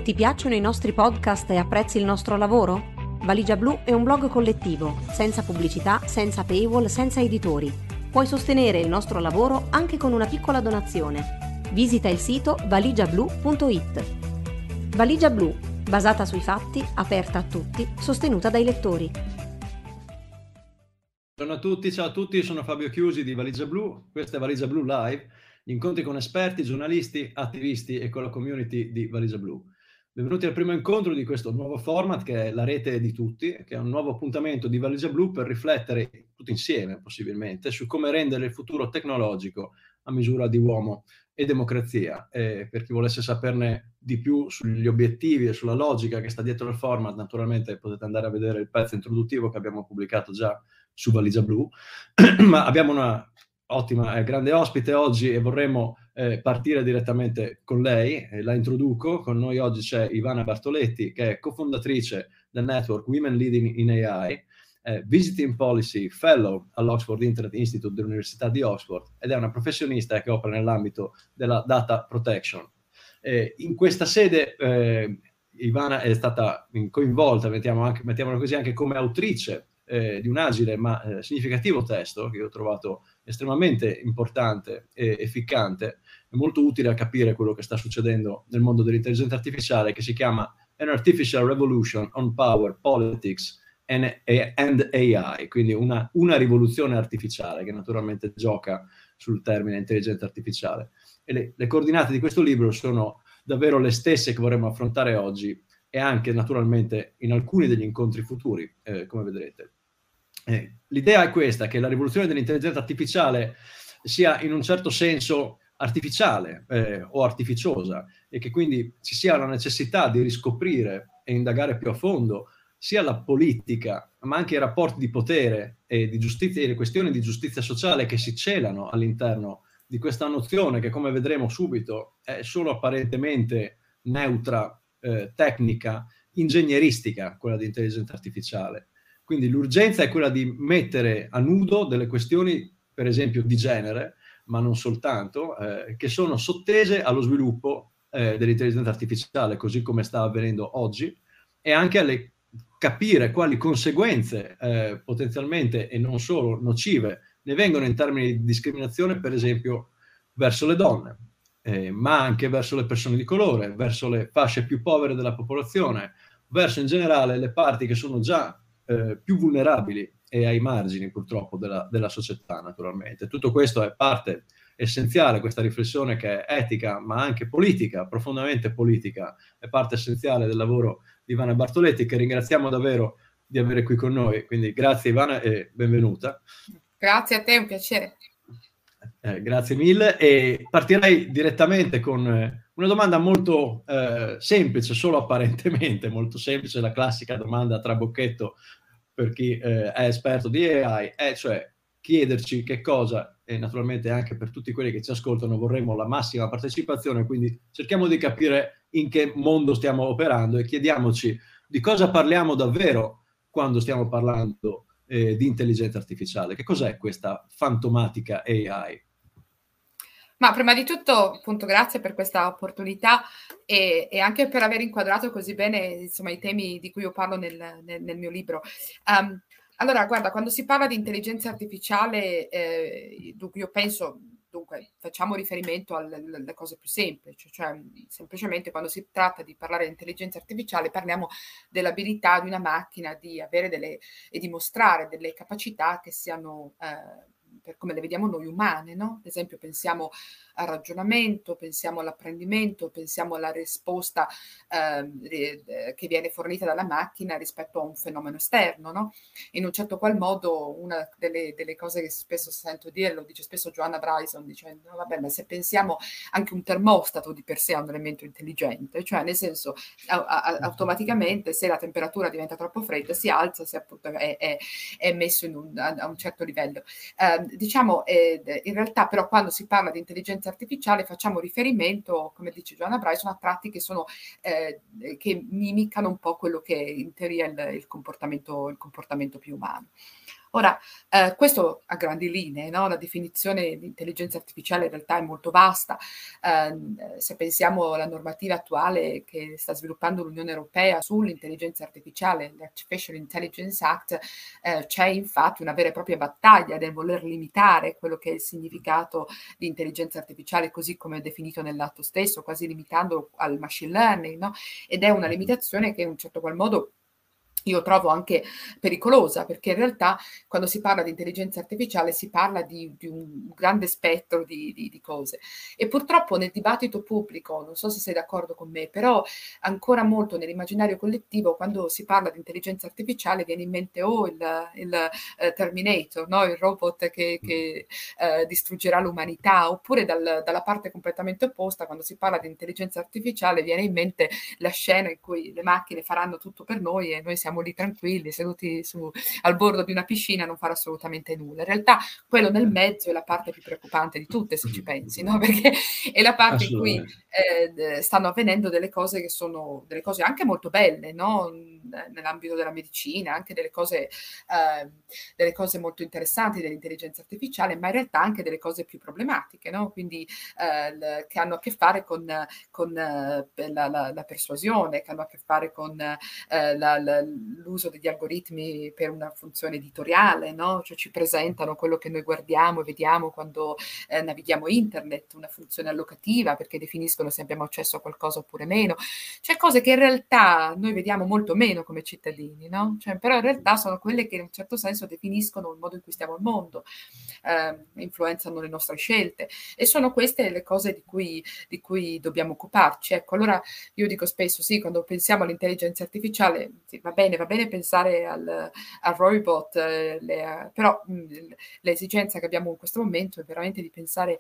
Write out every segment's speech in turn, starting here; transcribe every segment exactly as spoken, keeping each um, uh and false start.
Ti piacciono i nostri podcast e apprezzi il nostro lavoro? Valigia Blu è un blog collettivo, senza pubblicità, senza paywall, senza editori. Puoi sostenere il nostro lavoro anche con una piccola donazione. Visita il sito valigia blu punto it. Valigia Blu, basata sui fatti, aperta a tutti, sostenuta dai lettori. Buongiorno a tutti, ciao a tutti, sono Fabio Chiusi di Valigia Blu, questa è Valigia Blu Live, gli incontri con esperti, giornalisti, attivisti e con la community di Valigia Blu. Benvenuti al primo incontro di questo nuovo format che è la rete di tutti, che è un nuovo appuntamento di Valigia Blu per riflettere tutti insieme, possibilmente, su come rendere il futuro tecnologico a misura di uomo e democrazia. E per chi volesse saperne di più sugli obiettivi e sulla logica che sta dietro il format, naturalmente potete andare a vedere il pezzo introduttivo che abbiamo pubblicato già su Valigia Blu. Ma abbiamo una ottima e grande ospite oggi e vorremmo eh, partire direttamente con lei. Eh, la introduco. Con noi oggi c'è Ivana Bartoletti, che è cofondatrice del network Women Leading in A I, eh, Visiting Policy Fellow all'Oxford Internet Institute dell'Università di Oxford ed è una professionista che opera nell'ambito della data protection. Eh, in questa sede eh, Ivana è stata coinvolta, mettiamo anche, mettiamola così, anche come autrice eh, di un agile ma eh, significativo testo che io ho trovato estremamente importante e efficante e molto utile a capire quello che sta succedendo nel mondo dell'intelligenza artificiale, che si chiama An Artificial Revolution on Power, Politics and A I, quindi una, una rivoluzione artificiale che naturalmente gioca sul termine intelligenza artificiale. E le, le coordinate di questo libro sono davvero le stesse che vorremmo affrontare oggi e anche naturalmente in alcuni degli incontri futuri, eh, come vedrete. Eh, l'idea è questa, che la rivoluzione dell'intelligenza artificiale sia in un certo senso artificiale eh, o artificiosa e che quindi ci sia la necessità di riscoprire e indagare più a fondo sia la politica, ma anche i rapporti di potere e di giustizia e le questioni di giustizia sociale che si celano all'interno di questa nozione che, come vedremo subito, è solo apparentemente neutra, eh, tecnica, ingegneristica, quella di intelligenza artificiale. Quindi l'urgenza è quella di mettere a nudo delle questioni, per esempio, di genere, ma non soltanto, eh, che sono sottese allo sviluppo eh, dell'intelligenza artificiale, così come sta avvenendo oggi, e anche alle capire quali conseguenze eh, potenzialmente e non solo nocive ne vengono in termini di discriminazione, per esempio, verso le donne, eh, ma anche verso le persone di colore, verso le fasce più povere della popolazione, verso in generale le parti che sono già eh, più vulnerabili e ai margini, purtroppo, della, della società, naturalmente. Tutto questo è parte essenziale, questa riflessione che è etica, ma anche politica, profondamente politica, è parte essenziale del lavoro di Ivana Bartoletti, che ringraziamo davvero di avere qui con noi. Quindi grazie Ivana e benvenuta. Grazie a te, è un piacere. Eh, grazie mille e partirei direttamente con eh, una domanda molto eh, semplice, solo apparentemente molto semplice, la classica domanda a trabocchetto per chi eh, è esperto di A I, è cioè chiederci che cosa, e naturalmente anche per tutti quelli che ci ascoltano vorremmo la massima partecipazione, quindi cerchiamo di capire in che mondo stiamo operando e chiediamoci di cosa parliamo davvero quando stiamo parlando eh, di intelligenza artificiale. Che cos'è questa fantomatica A I? Ma prima di tutto, appunto, grazie per questa opportunità e, e anche per aver inquadrato così bene, insomma, i temi di cui io parlo nel, nel, nel mio libro. Um, allora, guarda, quando si parla di intelligenza artificiale, eh, io penso, dunque, facciamo riferimento alle, alle cose più semplici, cioè semplicemente quando si tratta di parlare di intelligenza artificiale parliamo dell'abilità di una macchina di avere delle e dimostrare delle capacità che siano eh, per come le vediamo noi umane, no? Ad esempio pensiamo al ragionamento, pensiamo all'apprendimento, pensiamo alla risposta eh, che viene fornita dalla macchina rispetto a un fenomeno esterno, no? In un certo qual modo una delle, delle cose che spesso sento dire, lo dice spesso Joanna Bryson, dicendo no, vabbè, ma se pensiamo anche un termostato di per sé è un elemento intelligente, cioè nel senso a, a, automaticamente se la temperatura diventa troppo fredda si alza, se appunto è, è, è messo in un, a, a un certo livello. Eh, diciamo, eh, in realtà però quando si parla di intelligenza artificiale facciamo riferimento, come dice Joanna Bryson, a tratti che sono eh, che mimicano un po' quello che in teoria è il, il, comportamento, il comportamento più umano. Ora, eh, questo a grandi linee, no? La definizione di intelligenza artificiale in realtà è molto vasta. Eh, se pensiamo alla normativa attuale che sta sviluppando l'Unione Europea sull'intelligenza artificiale, l'Artificial Intelligence Act, eh, c'è infatti una vera e propria battaglia nel voler limitare quello che è il significato di intelligenza artificiale così come è definito nell'atto stesso, quasi limitandolo al machine learning, no? Ed è una limitazione che in un certo qual modo io trovo anche pericolosa, perché in realtà quando si parla di intelligenza artificiale si parla di, di un grande spettro di, di, di cose e purtroppo nel dibattito pubblico, non so se sei d'accordo con me, però ancora molto nell'immaginario collettivo quando si parla di intelligenza artificiale viene in mente oh il, il uh, Terminator, no? Il robot che, che uh, distruggerà l'umanità, oppure dal, dalla parte completamente opposta quando si parla di intelligenza artificiale viene in mente la scena in cui le macchine faranno tutto per noi e noi siamo lì tranquilli, seduti su, al bordo di una piscina a non fare assolutamente nulla. In realtà quello nel mezzo è la parte più preoccupante di tutte, se ci pensi, no? Perché è la parte in cui eh, stanno avvenendo delle cose che sono delle cose anche molto belle, no? Nell'ambito della medicina, anche delle cose, eh, delle cose molto interessanti dell'intelligenza artificiale, ma in realtà anche delle cose più problematiche, no? Quindi eh, l- che hanno a che fare con, con eh, la, la, la persuasione, che hanno a che fare con eh, la, la, l'uso degli algoritmi per una funzione editoriale, no? Cioè ci presentano quello che noi guardiamo e vediamo quando eh, navighiamo internet, una funzione allocativa perché definiscono se abbiamo accesso a qualcosa oppure meno, cioè cose che in realtà noi vediamo molto meno come cittadini, no? Cioè, però in realtà sono quelle che in un certo senso definiscono il modo in cui stiamo al mondo, eh, influenzano le nostre scelte e sono queste le cose di cui, di cui dobbiamo occuparci. Ecco, allora io dico spesso, sì, quando pensiamo all'intelligenza artificiale, sì, va bene, va bene pensare al, al robot, eh, le, però mh, l'esigenza che abbiamo in questo momento è veramente di pensare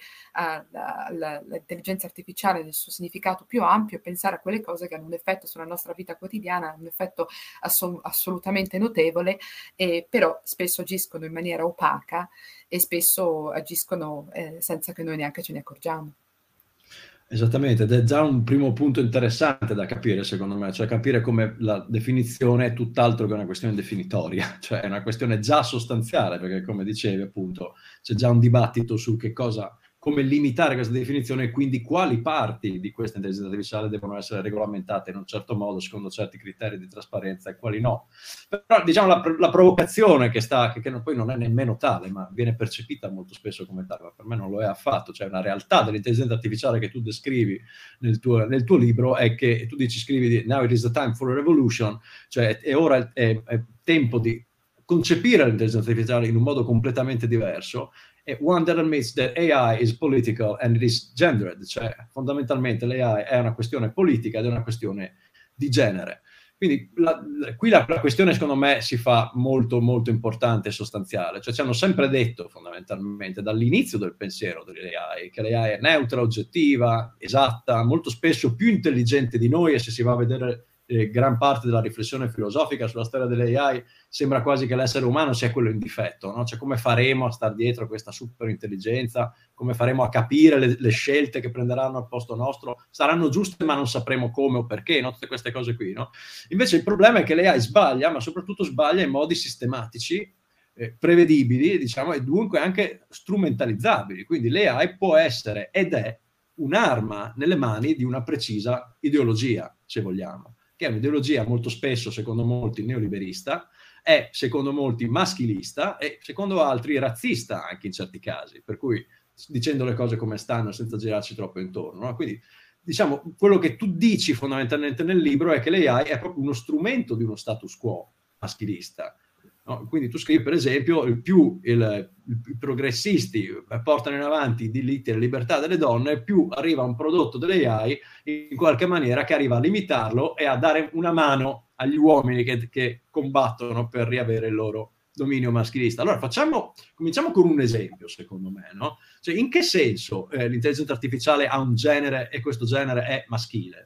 all'intelligenza artificiale nel suo significato più ampio e pensare a quelle cose che hanno un effetto sulla nostra vita quotidiana, un effetto asso- assolutamente notevole, e però spesso agiscono in maniera opaca e spesso agiscono eh, senza che noi neanche ce ne accorgiamo. Esattamente, ed è già un primo punto interessante da capire, secondo me, cioè capire come la definizione è tutt'altro che una questione definitoria, cioè è una questione già sostanziale, perché come dicevi appunto c'è già un dibattito su che cosa, come limitare questa definizione e quindi quali parti di questa intelligenza artificiale devono essere regolamentate in un certo modo, secondo certi criteri di trasparenza e quali no. Però diciamo la, la provocazione che sta, che, che poi non è nemmeno tale, ma viene percepita molto spesso come tale, ma per me non lo è affatto, cioè una realtà dell'intelligenza artificiale che tu descrivi nel tuo, nel tuo libro è che tu dici, scrivi di, now it is the time for a revolution, cioè è ora è, è tempo di concepire l'intelligenza artificiale in un modo completamente diverso, e one that admits that A I is political and it is gendered, cioè fondamentalmente l'A I è una questione politica ed è una questione di genere. Quindi la, qui la, la questione secondo me si fa molto molto importante e sostanziale, cioè ci hanno sempre detto fondamentalmente dall'inizio del pensiero dell'A I che l'A I è neutra, oggettiva, esatta, molto spesso più intelligente di noi, e se si va a vedere eh, gran parte della riflessione filosofica sulla storia dell'A I sembra quasi che l'essere umano sia quello in difetto, no? Cioè come faremo a star dietro a questa super intelligenza, come faremo a capire le, le scelte che prenderanno al posto nostro, saranno giuste ma non sapremo come o perché, no? Tutte queste cose qui, no? Invece il problema è che l'A I sbaglia, ma soprattutto sbaglia in modi sistematici, eh, prevedibili, diciamo, e dunque anche strumentalizzabili. Quindi l'A I può essere ed è un'arma nelle mani di una precisa ideologia, se vogliamo, che è un'ideologia molto spesso, secondo molti, neoliberista, è, secondo molti, maschilista e, secondo altri, razzista anche in certi casi, per cui dicendo le cose come stanno senza girarci troppo intorno, no? Quindi, diciamo, quello che tu dici fondamentalmente nel libro è che l'A I è proprio uno strumento di uno status quo maschilista. No? Quindi tu scrivi, per esempio, il più il, i progressisti portano in avanti i diritti e le libertà delle donne, più arriva un prodotto dell'A I in qualche maniera che arriva a limitarlo e a dare una mano agli uomini che, che combattono per riavere il loro dominio maschilista. Allora facciamo, cominciamo con un esempio, secondo me, no? Cioè, in che senso eh, l'intelligenza artificiale ha un genere e questo genere è maschile?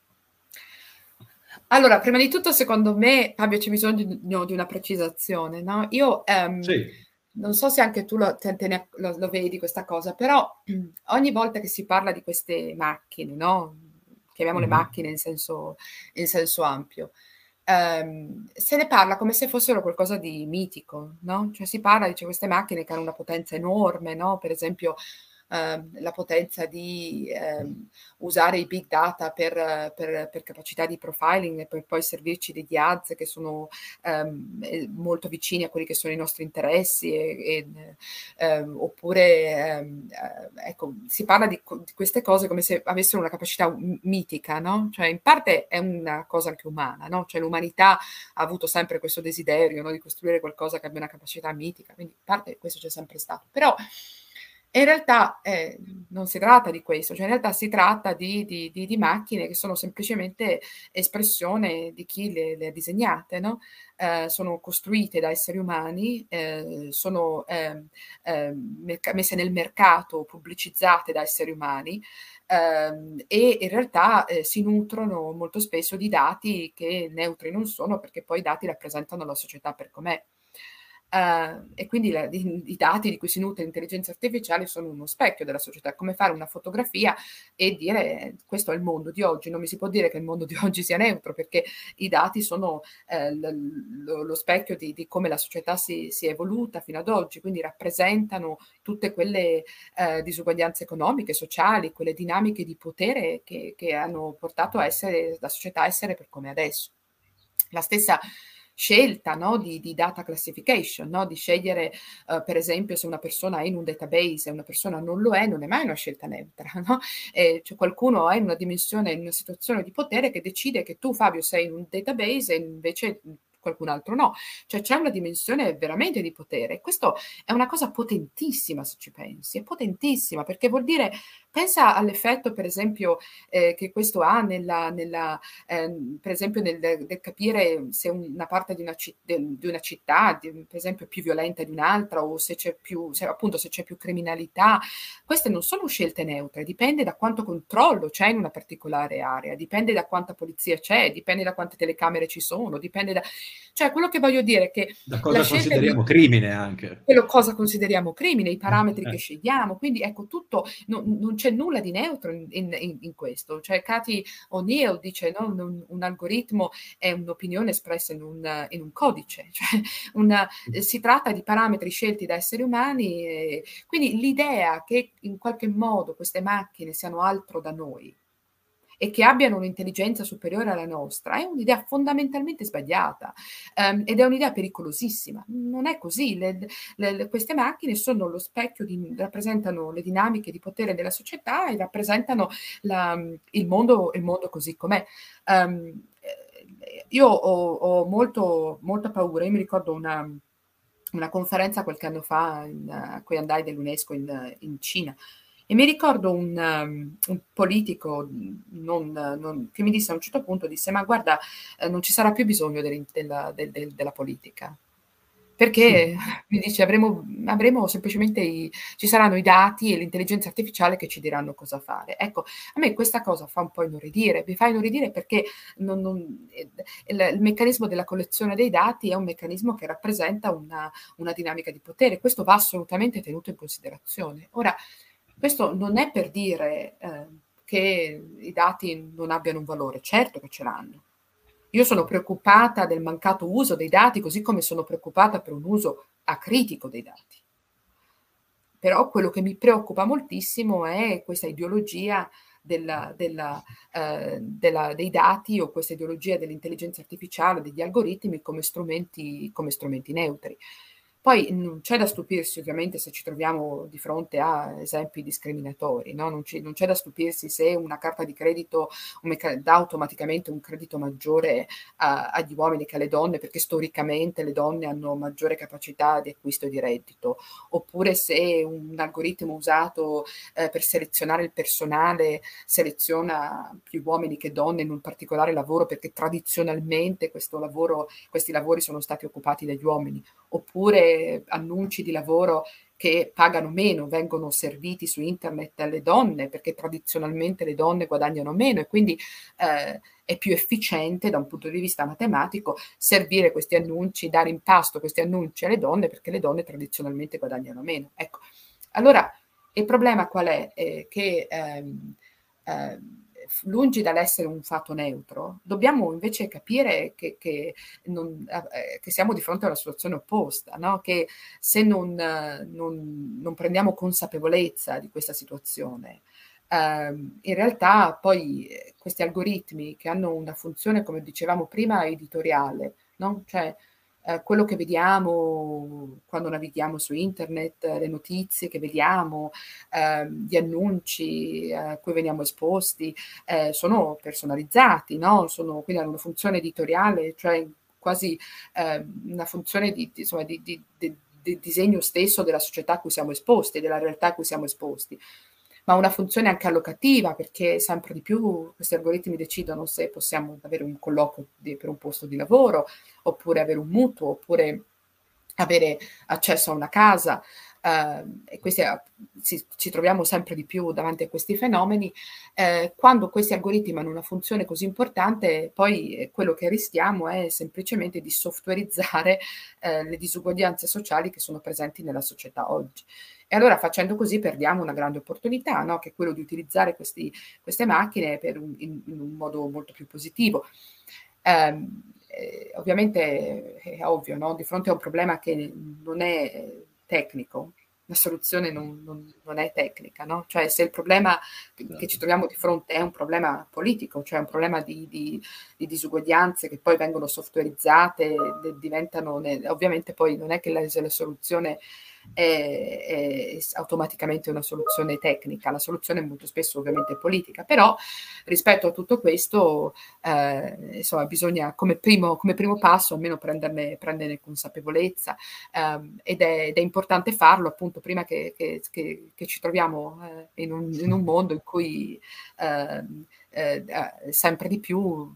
Allora, prima di tutto, secondo me, Fabio, c'è bisogno di, di una precisazione, no? Io um, sì. non so se anche tu lo, te, te ne, lo, lo vedi questa cosa, però ogni volta che si parla di queste macchine, no? Chiamiamole mm-hmm. macchine in senso, in senso ampio, ehm, se ne parla come se fossero qualcosa di mitico, no? Cioè si parla, dice, queste macchine che hanno una potenza enorme, no? Per esempio ehm, la potenza di ehm, usare i big data per, per, per capacità di profiling e per poi servirci degli ads che sono ehm, molto vicini a quelli che sono i nostri interessi e, e, ehm, oppure ehm, eh, ecco, si parla di, di queste cose come se avessero una capacità mitica, no? Cioè in parte è una cosa anche umana, no? Cioè l'umanità ha avuto sempre questo desiderio, no? Di costruire qualcosa che abbia una capacità mitica, quindi in parte questo c'è sempre stato, però in realtà eh, non si tratta di questo, cioè in realtà si tratta di, di, di, di macchine che sono semplicemente espressione di chi le, le ha disegnate, no? Eh, sono costruite da esseri umani, eh, sono eh, eh, messe nel mercato, pubblicizzate da esseri umani, eh, e in realtà eh, si nutrono molto spesso di dati che neutri non sono, perché poi i dati rappresentano la società per com'è. Uh, e quindi la, i, i dati di cui si nutre l'intelligenza artificiale sono uno specchio della società, come fare una fotografia e dire questo è il mondo di oggi. Non mi si può dire che il mondo di oggi sia neutro, perché i dati sono eh, l, lo, lo specchio di, di come la società si, si è evoluta fino ad oggi, quindi rappresentano tutte quelle eh, disuguaglianze economiche, sociali, quelle dinamiche di potere che, che hanno portato a essere, la società a essere per come è adesso. La stessa scelta, no, di, di data classification, no, di scegliere uh, per esempio se una persona è in un database e una persona non lo è, non è mai una scelta neutra, no? E cioè qualcuno è in una dimensione, in una situazione di potere che decide che tu, Fabio, sei in un database e invece qualcun altro no, cioè c'è una dimensione veramente di potere. Questo è una cosa potentissima, se ci pensi, è potentissima, perché vuol dire, pensa all'effetto per esempio eh, che questo ha nella, nella eh, per esempio nel, nel capire se una parte di una, di una città di, per esempio è più violenta di un'altra, o se c'è più, se, appunto se c'è più criminalità. Queste non sono scelte neutre, dipende da quanto controllo c'è in una particolare area, dipende da quanta polizia c'è, dipende da quante telecamere ci sono, dipende da... Cioè, quello che voglio dire è che da cosa la consideriamo di... crimine anche. quello cosa consideriamo crimine, i parametri eh. che scegliamo, quindi ecco tutto, no, non c'è nulla di neutro in, in, in questo. Cioè Cathy O'Neill dice no, un, un algoritmo è un'opinione espressa in un, in un codice, cioè una, eh, si tratta di parametri scelti da esseri umani, e, quindi l'idea che in qualche modo queste macchine siano altro da noi e che abbiano un'intelligenza superiore alla nostra è un'idea fondamentalmente sbagliata, um, ed è un'idea pericolosissima. Non è così. Le, le, queste macchine sono lo specchio, di, rappresentano le dinamiche di potere della società e rappresentano la, il, mondo, il mondo così com'è. Um, io ho, ho molto, molta paura. Io mi ricordo una, una conferenza qualche anno fa in, a cui andai dell'UNESCO in, in Cina. E mi ricordo un, um, un politico non, non, che mi disse a un certo punto, disse ma guarda, eh, non ci sarà più bisogno del, della, del, del, della politica, perché mi dice avremo, avremo semplicemente i, ci saranno i dati e l'intelligenza artificiale che ci diranno cosa fare. Ecco, a me questa cosa fa un po' inorridire, mi fa inorridire perché non, non, il, il meccanismo della collezione dei dati è un meccanismo che rappresenta una, una dinamica di potere, questo va assolutamente tenuto in considerazione. Ora, questo non è per dire eh, che i dati non abbiano un valore, certo che ce l'hanno. Io sono preoccupata del mancato uso dei dati, così come sono preoccupata per un uso acritico dei dati. Però quello che mi preoccupa moltissimo è questa ideologia della, della, eh, della, dei dati, o questa ideologia dell'intelligenza artificiale, degli algoritmi come strumenti, come strumenti neutri. Poi non c'è da stupirsi ovviamente se ci troviamo di fronte a esempi discriminatori, no? Non, ci, non c'è da stupirsi se una carta di credito un meca- dà automaticamente un credito maggiore a, agli uomini che alle donne, perché storicamente le donne hanno maggiore capacità di acquisto e di reddito, oppure se un algoritmo usato eh, per selezionare il personale seleziona più uomini che donne in un particolare lavoro perché tradizionalmente questo lavoro, questi lavori sono stati occupati dagli uomini, oppure annunci di lavoro che pagano meno vengono serviti su internet alle donne perché tradizionalmente le donne guadagnano meno e quindi eh, è più efficiente da un punto di vista matematico servire questi annunci, dare in pasto questi annunci alle donne perché le donne tradizionalmente guadagnano meno. Ecco, allora il problema qual è? Eh, che ehm, ehm, lungi dall'essere un fatto neutro, dobbiamo invece capire che, che, non, eh, che siamo di fronte a una situazione opposta, no? Che se non, non, non prendiamo consapevolezza di questa situazione, eh, in realtà poi questi algoritmi che hanno una funzione, come dicevamo prima, editoriale, no? Cioè eh, quello che vediamo quando navighiamo su internet, le notizie che vediamo, eh, gli annunci a cui veniamo esposti, eh, sono personalizzati, no? Sono, quindi hanno una funzione editoriale, cioè quasi eh, una funzione di, di, insomma, di, di, di, di disegno stesso della società a cui siamo esposti, della realtà a cui siamo esposti, ma una funzione anche allocativa, perché sempre di più questi algoritmi decidono se possiamo avere un colloquio di, per un posto di lavoro, oppure avere un mutuo, oppure avere accesso a una casa. Uh, e questi, uh, ci, ci troviamo sempre di più davanti a questi fenomeni. Uh, quando questi algoritmi hanno una funzione così importante, poi eh, quello che rischiamo è semplicemente di softwareizzare uh, le disuguaglianze sociali che sono presenti nella società oggi. E allora facendo così perdiamo una grande opportunità, no? Che è quello di utilizzare questi, queste macchine per un, in, in un modo molto più positivo. Um, eh, ovviamente è ovvio, no? Di fronte a un problema che non è tecnico, la soluzione non, non, non è tecnica, no? Cioè se il problema che ci troviamo di fronte è un problema politico, cioè un problema di, di, di disuguaglianze che poi vengono softwareizzate, diventano, ovviamente poi non è che la, la soluzione è, è automaticamente una soluzione tecnica, la soluzione molto spesso ovviamente è politica, però rispetto a tutto questo eh, insomma bisogna come primo, come primo passo almeno prenderne, prenderne consapevolezza eh, ed, è, ed è importante farlo appunto prima che, che, che, che ci troviamo eh, in, un, in un mondo in cui eh, eh, sempre di più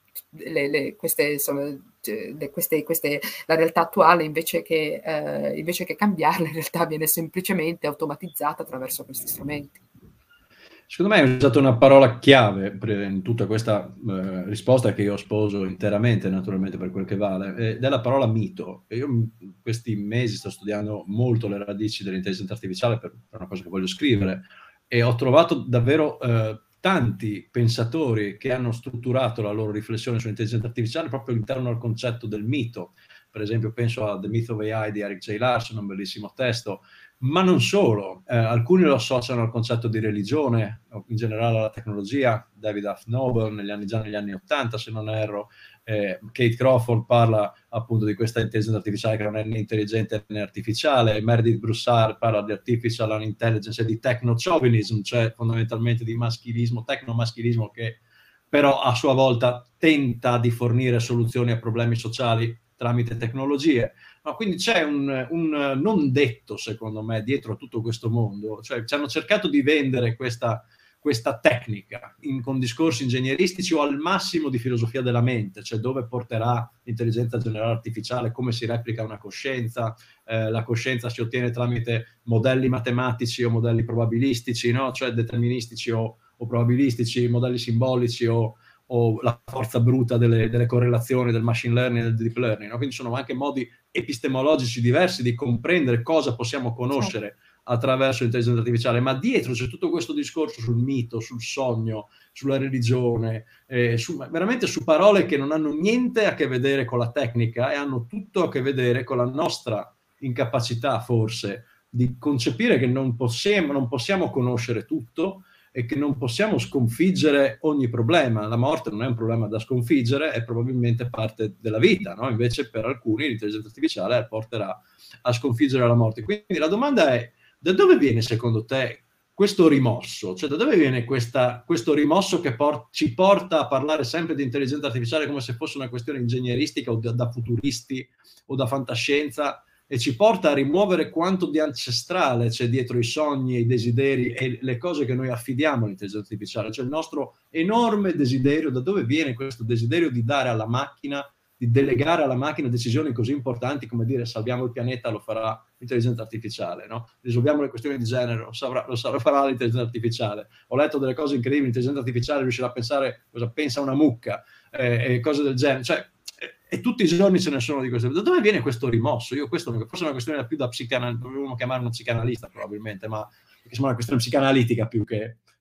Le, le, queste, insomma, le, queste, queste, la realtà attuale invece che, eh, invece che cambiarla in realtà viene semplicemente automatizzata attraverso questi strumenti. Secondo me hai usato una parola chiave in tutta questa eh, risposta che io sposo interamente naturalmente per quel che vale, ed è la parola mito. E io in questi mesi sto studiando molto le radici dell'intelligenza artificiale per, per una cosa che voglio scrivere e ho trovato davvero eh, tanti pensatori che hanno strutturato la loro riflessione sull'intelligenza artificiale proprio all'interno del concetto del mito. Per esempio penso a The Myth of A I di Eric J. Larson, un bellissimo testo, ma non solo. Eh, alcuni lo associano al concetto di religione, in generale alla tecnologia. David F. Noble negli anni, già negli anni Ottanta, se non erro, eh, Kate Crawford parla appunto di questa intelligenza artificiale che non è né intelligente né artificiale, Meredith Broussard parla di artificial unintelligence e di techno-chauvinism, cioè fondamentalmente di maschilismo, tecno-maschilismo che però a sua volta tenta di fornire soluzioni a problemi sociali tramite tecnologie. No, quindi c'è un, un non detto, secondo me, dietro a tutto questo mondo. Cioè, ci hanno cercato di vendere questa, questa tecnica in, con discorsi ingegneristici o al massimo di filosofia della mente, cioè dove porterà l'intelligenza generale artificiale, come si replica una coscienza, eh, la coscienza si ottiene tramite modelli matematici o modelli probabilistici, no? Cioè deterministici o, o probabilistici, modelli simbolici o o la forza bruta delle, delle correlazioni del machine learning e del deep learning, no? Quindi sono anche modi epistemologici diversi di comprendere cosa possiamo conoscere attraverso l'intelligenza artificiale, ma dietro c'è tutto questo discorso sul mito, sul sogno, sulla religione, eh, su, veramente su parole che non hanno niente a che vedere con la tecnica e hanno tutto a che vedere con la nostra incapacità forse di concepire che non possiamo, non possiamo conoscere tutto e che non possiamo sconfiggere ogni problema. La morte non è un problema da sconfiggere, è probabilmente parte della vita, no? Invece per alcuni l'intelligenza artificiale porterà a sconfiggere la morte. Quindi la domanda è: da dove viene secondo te questo rimosso? Cioè da dove viene questa, questo rimosso che por- ci porta a parlare sempre di intelligenza artificiale come se fosse una questione ingegneristica o da, da futuristi o da fantascienza, e ci porta a rimuovere quanto di ancestrale c'è dietro i sogni, i desideri e le cose che noi affidiamo all'intelligenza artificiale, cioè il nostro enorme desiderio. Da dove viene questo desiderio di dare alla macchina, di delegare alla macchina decisioni così importanti come dire salviamo il pianeta, lo farà l'intelligenza artificiale, no? Risolviamo le questioni di genere, lo, saprà, lo farà l'intelligenza artificiale. Ho letto delle cose incredibili, l'intelligenza artificiale riuscirà a pensare cosa pensa una mucca eh, e cose del genere, cioè e tutti i giorni ce ne sono di queste. Da dove viene questo rimosso? Io questo forse è una questione più da psicanalista, dovremmo chiamare uno psicanalista probabilmente, ma perché sembra una questione psicanalitica più che,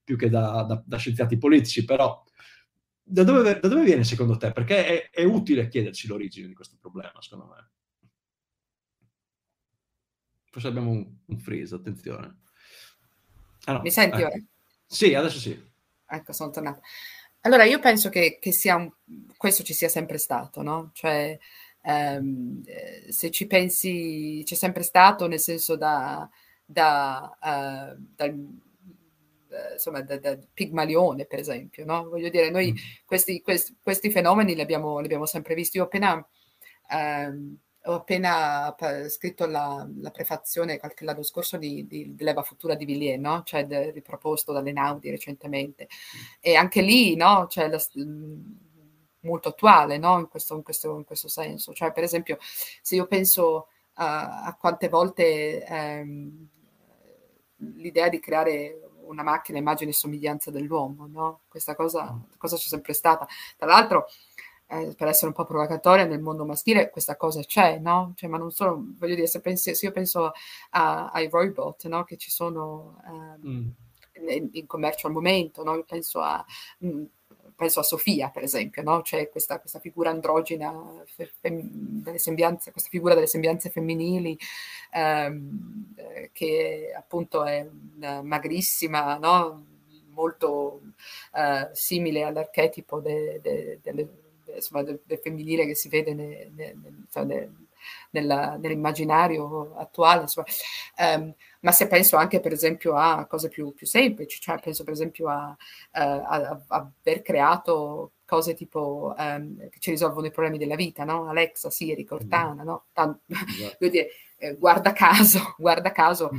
più che da, da, da scienziati politici, però da dove, da dove viene secondo te? Perché è, è utile chiederci l'origine di questo problema, secondo me. Forse abbiamo un, un freeze, attenzione. Ah, no, Mi senti ecco. ora? Sì, adesso sì. Ecco, sono tornata. Allora, io penso che, che sia un, questo ci sia sempre stato, no? Cioè, ehm, eh, se ci pensi, c'è sempre stato, nel senso da, da, eh, dal, eh, insomma, da, da Pigmalione, per esempio, no? Voglio dire, noi Mm. questi, questi, questi fenomeni li abbiamo, li abbiamo sempre visti. Io appena... ehm, ho appena pa- scritto la, la prefazione qualche l'anno scorso di, di, dell'Eva Futura di Villiers, no? Cioè de- riproposto dall'Einaudi recentemente. E anche lì, no? Cioè, la, molto attuale, no? In questo, in questo, in questo senso. Cioè, per esempio, se io penso a, a quante volte ehm, l'idea di creare una macchina immagine e somiglianza dell'uomo, no? Questa cosa, cosa c'è sempre stata. Tra l'altro, eh, per essere un po' provocatoria, nel mondo maschile questa cosa c'è, no? Cioè, ma non solo, voglio dire, se, pensi, se io penso a, ai robot, no? Che ci sono ehm, Mm. in, in commercio al momento, no? Io penso a... Mh, penso a Sofia, per esempio, no? C'è questa, questa figura androgina, fe, fem, delle sembianze, questa figura delle sembianze femminili, ehm, eh, che appunto è una magrissima, no? Molto eh, simile all'archetipo de, de, de, de, insomma, del, del femminile che si vede ne, ne, ne, nella, nell'immaginario attuale. Insomma. Um, ma se penso anche per esempio a cose più, più semplici, cioè penso per esempio a, a, a, a aver creato cose tipo um, che ci risolvono i problemi della vita, no? Alexa, Siri, Cortana, no? Tant- Esatto. voglio dire, eh, guarda caso, guarda caso,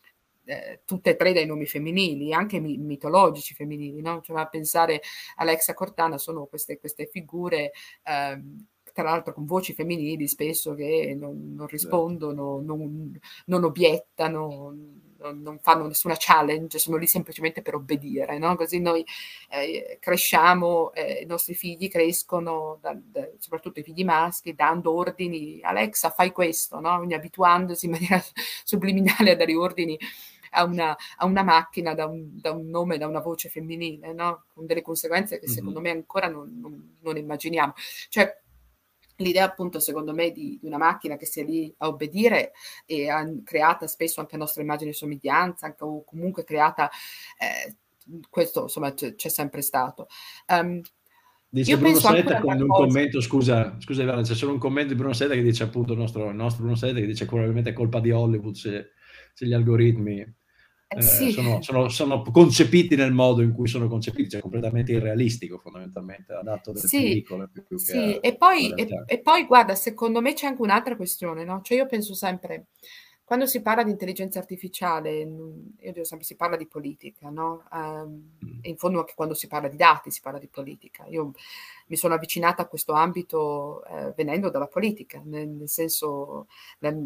eh, tutte e tre dai nomi femminili, anche mi- mitologici femminili, no? Cioè a pensare Alexa, Cortana sono queste, queste figure um, tra l'altro con voci femminili spesso che non, non rispondono, non, non obiettano, non, non fanno nessuna challenge, sono lì semplicemente per obbedire, no? Così noi eh, cresciamo, eh, i nostri figli crescono, da, da, soprattutto i figli maschi, dando ordini, Alexa fai questo, no? Quindi abituandosi in maniera subliminale a dare ordini a una, a una macchina da un, da un nome, da una voce femminile, no? Con delle conseguenze che secondo me ancora non, non, non immaginiamo. Cioè, l'idea appunto secondo me di, di una macchina che sia lì a obbedire e a, creata spesso anche a nostra immagine e somiglianza, anche, o comunque creata, eh, questo insomma c'è, c'è sempre stato. Um, Dice io Bruno penso anche Setta con un cosa. commento, scusa, scusa Ivana, c'è solo un commento di Bruno Setta che dice appunto il nostro, il nostro Bruno Setta che dice che probabilmente è colpa di Hollywood se, se gli algoritmi Eh, eh, sì. sono, sono, sono concepiti nel modo in cui sono concepiti, cioè completamente irrealistico fondamentalmente, adatto delle Sì, pellicole più, più sì. che a, E poi, alla e, realtà. e poi guarda, secondo me c'è anche un'altra questione, no? Cioè io penso sempre, quando si parla di intelligenza artificiale, mh, io dico sempre si parla di politica, no? Ehm, e in fondo anche quando si parla di dati si parla di politica. Io mi sono avvicinata a questo ambito eh, venendo dalla politica, nel, nel senso la-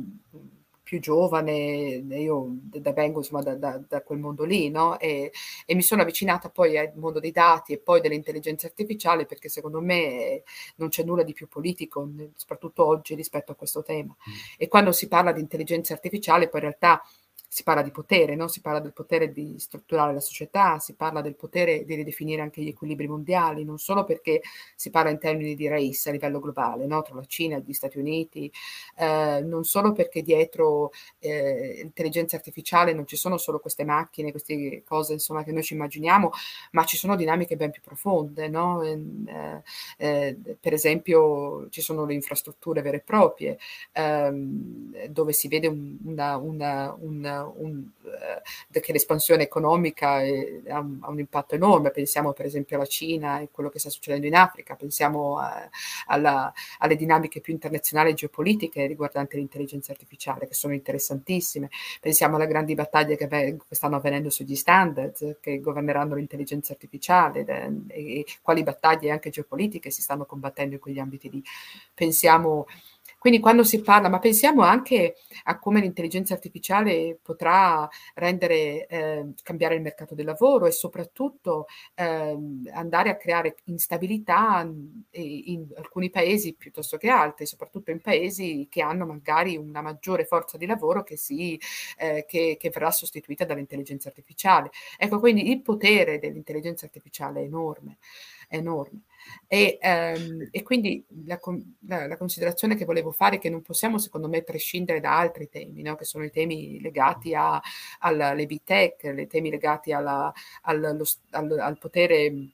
più giovane, io da, vengo insomma da, da, da quel mondo lì, no? E, e mi sono avvicinata poi al mondo dei dati e poi dell'intelligenza artificiale perché secondo me non c'è nulla di più politico, soprattutto oggi, rispetto a questo tema. E quando si parla di intelligenza artificiale poi in realtà si parla di potere, no? Si parla del potere di strutturare la società, si parla del potere di ridefinire anche gli equilibri mondiali, non solo perché si parla in termini di race a livello globale, no? Tra la Cina e gli Stati Uniti, eh, non solo perché dietro eh, l'intelligenza artificiale non ci sono solo queste macchine, queste cose insomma, che noi ci immaginiamo, ma ci sono dinamiche ben più profonde, no? Eh, eh, per esempio ci sono le infrastrutture vere e proprie, ehm, dove si vede un, una, una, una un, eh, che l'espansione economica è, ha, un, ha un impatto enorme. Pensiamo per esempio alla Cina e quello che sta succedendo in Africa, pensiamo a, alla, alle dinamiche più internazionali e geopolitiche riguardanti l'intelligenza artificiale che sono interessantissime, pensiamo alle grandi battaglie che, che stanno avvenendo sugli standard che governeranno l'intelligenza artificiale e, e quali battaglie anche geopolitiche si stanno combattendo in quegli ambiti lì. Pensiamo quindi quando si parla, ma pensiamo anche a come l'intelligenza artificiale potrà rendere, eh, cambiare il mercato del lavoro e soprattutto ehm, andare a creare instabilità in, in alcuni paesi piuttosto che altri, soprattutto in paesi che hanno magari una maggiore forza di lavoro che, si, eh, che, che verrà sostituita dall'intelligenza artificiale. Ecco, quindi il potere dell'intelligenza artificiale è enorme, è enorme. E, ehm, e quindi la, la, la considerazione che volevo fare è che non possiamo, secondo me, prescindere da altri temi, no? Che sono i temi legati a, alle big tech, i temi legati alla, al, al, al potere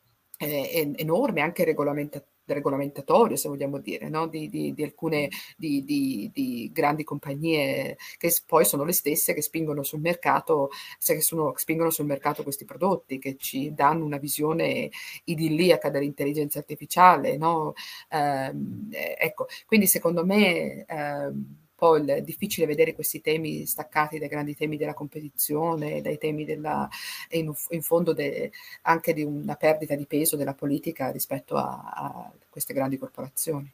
eh, enorme, anche regolamenta- regolamentatorio, se vogliamo dire, no? di, di, di alcune di, di, di grandi compagnie che poi sono le stesse che spingono sul mercato, se sono, spingono sul mercato questi prodotti, che ci danno una visione idilliaca dell'intelligenza artificiale, no? Ehm, ecco, quindi secondo me ehm, poi è difficile vedere questi temi staccati dai grandi temi della competizione, dai temi della, in, in fondo de, anche di una perdita di peso della politica rispetto a, a queste grandi corporazioni.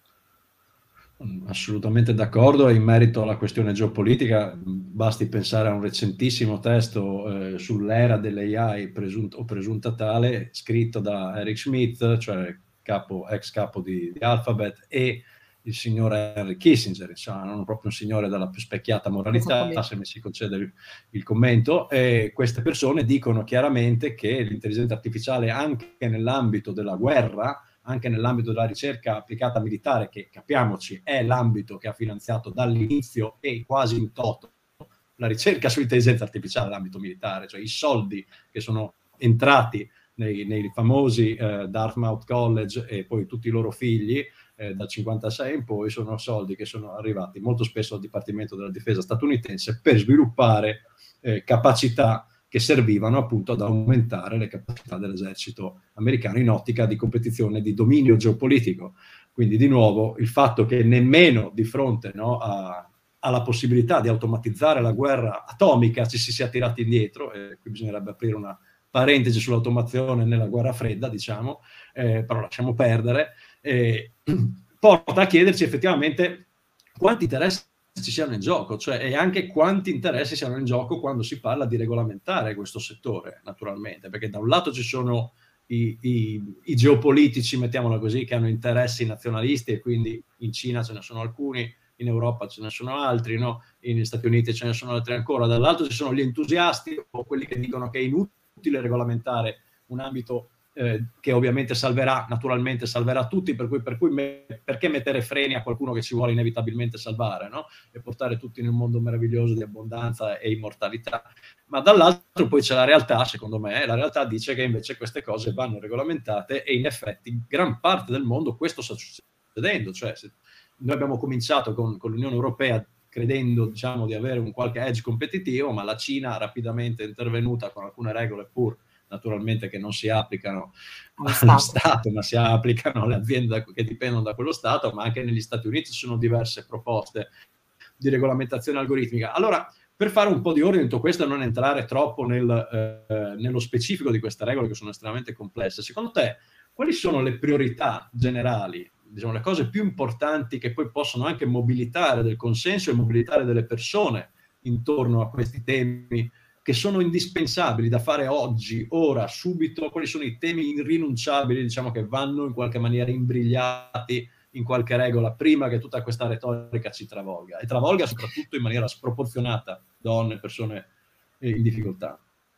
Assolutamente d'accordo, e in merito alla questione geopolitica basti pensare a un recentissimo testo eh, sull'era dell'A I presunto, o presunta tale, scritto da Eric Schmidt, cioè capo, ex capo di, di Alphabet, e il signore Henry Kissinger, insomma, non proprio un signore dalla più specchiata moralità, se mi si concede il, il commento, e queste persone dicono chiaramente che l'intelligenza artificiale anche nell'ambito della guerra, anche nell'ambito della ricerca applicata militare, che capiamoci è l'ambito che ha finanziato dall'inizio e quasi in toto la ricerca sull'intelligenza artificiale nell'ambito militare, cioè i soldi che sono entrati nei, nei famosi eh, Dartmouth College e poi tutti i loro figli eh, dal cinquantasei in poi sono soldi che sono arrivati molto spesso al Dipartimento della Difesa statunitense per sviluppare eh, capacità che servivano appunto ad aumentare le capacità dell'esercito americano in ottica di competizione di dominio geopolitico. Quindi di nuovo il fatto che nemmeno di fronte, no, a, alla possibilità di automatizzare la guerra atomica ci si sia tirati indietro, e qui bisognerebbe aprire una parentesi sull'automazione nella guerra fredda, diciamo, eh, però lasciamo perdere, eh, porta a chiederci effettivamente quanti interessi ci siano in gioco, cioè, e anche quanti interessi siano in gioco quando si parla di regolamentare questo settore, naturalmente, perché da un lato ci sono i, i, i geopolitici, mettiamola così, che hanno interessi nazionalisti, e quindi in Cina ce ne sono alcuni, in Europa ce ne sono altri, no? Negli Stati Uniti ce ne sono altri ancora, dall'altro ci sono gli entusiasti o quelli che dicono che è inutile regolamentare un ambito eh, che ovviamente salverà, naturalmente salverà tutti, per cui, per cui me, perché mettere freni a qualcuno che ci vuole inevitabilmente salvare, no? E portare tutti in un mondo meraviglioso di abbondanza e immortalità. Ma dall'altro poi c'è la realtà, secondo me, la realtà dice che invece queste cose vanno regolamentate, e in effetti in gran parte del mondo questo sta succedendo, cioè se noi abbiamo cominciato con, con l'Unione Europea credendo, diciamo, di avere un qualche edge competitivo, ma la Cina rapidamente è intervenuta con alcune regole, pur naturalmente che non si applicano allo Stato, ma si applicano alle aziende che dipendono da quello Stato, ma anche negli Stati Uniti ci sono diverse proposte di regolamentazione algoritmica. Allora, per fare un po' di ordine in tutto questo e non entrare troppo nel, eh, nello specifico di queste regole che sono estremamente complesse, secondo te quali sono le priorità generali, diciamo, le cose più importanti che poi possono anche mobilitare del consenso e mobilitare delle persone intorno a questi temi che sono indispensabili da fare oggi, ora, subito? Quali sono i temi irrinunciabili, diciamo, che vanno in qualche maniera imbrigliati in qualche regola prima che tutta questa retorica ci travolga, e travolga soprattutto in maniera sproporzionata donne, persone in difficoltà?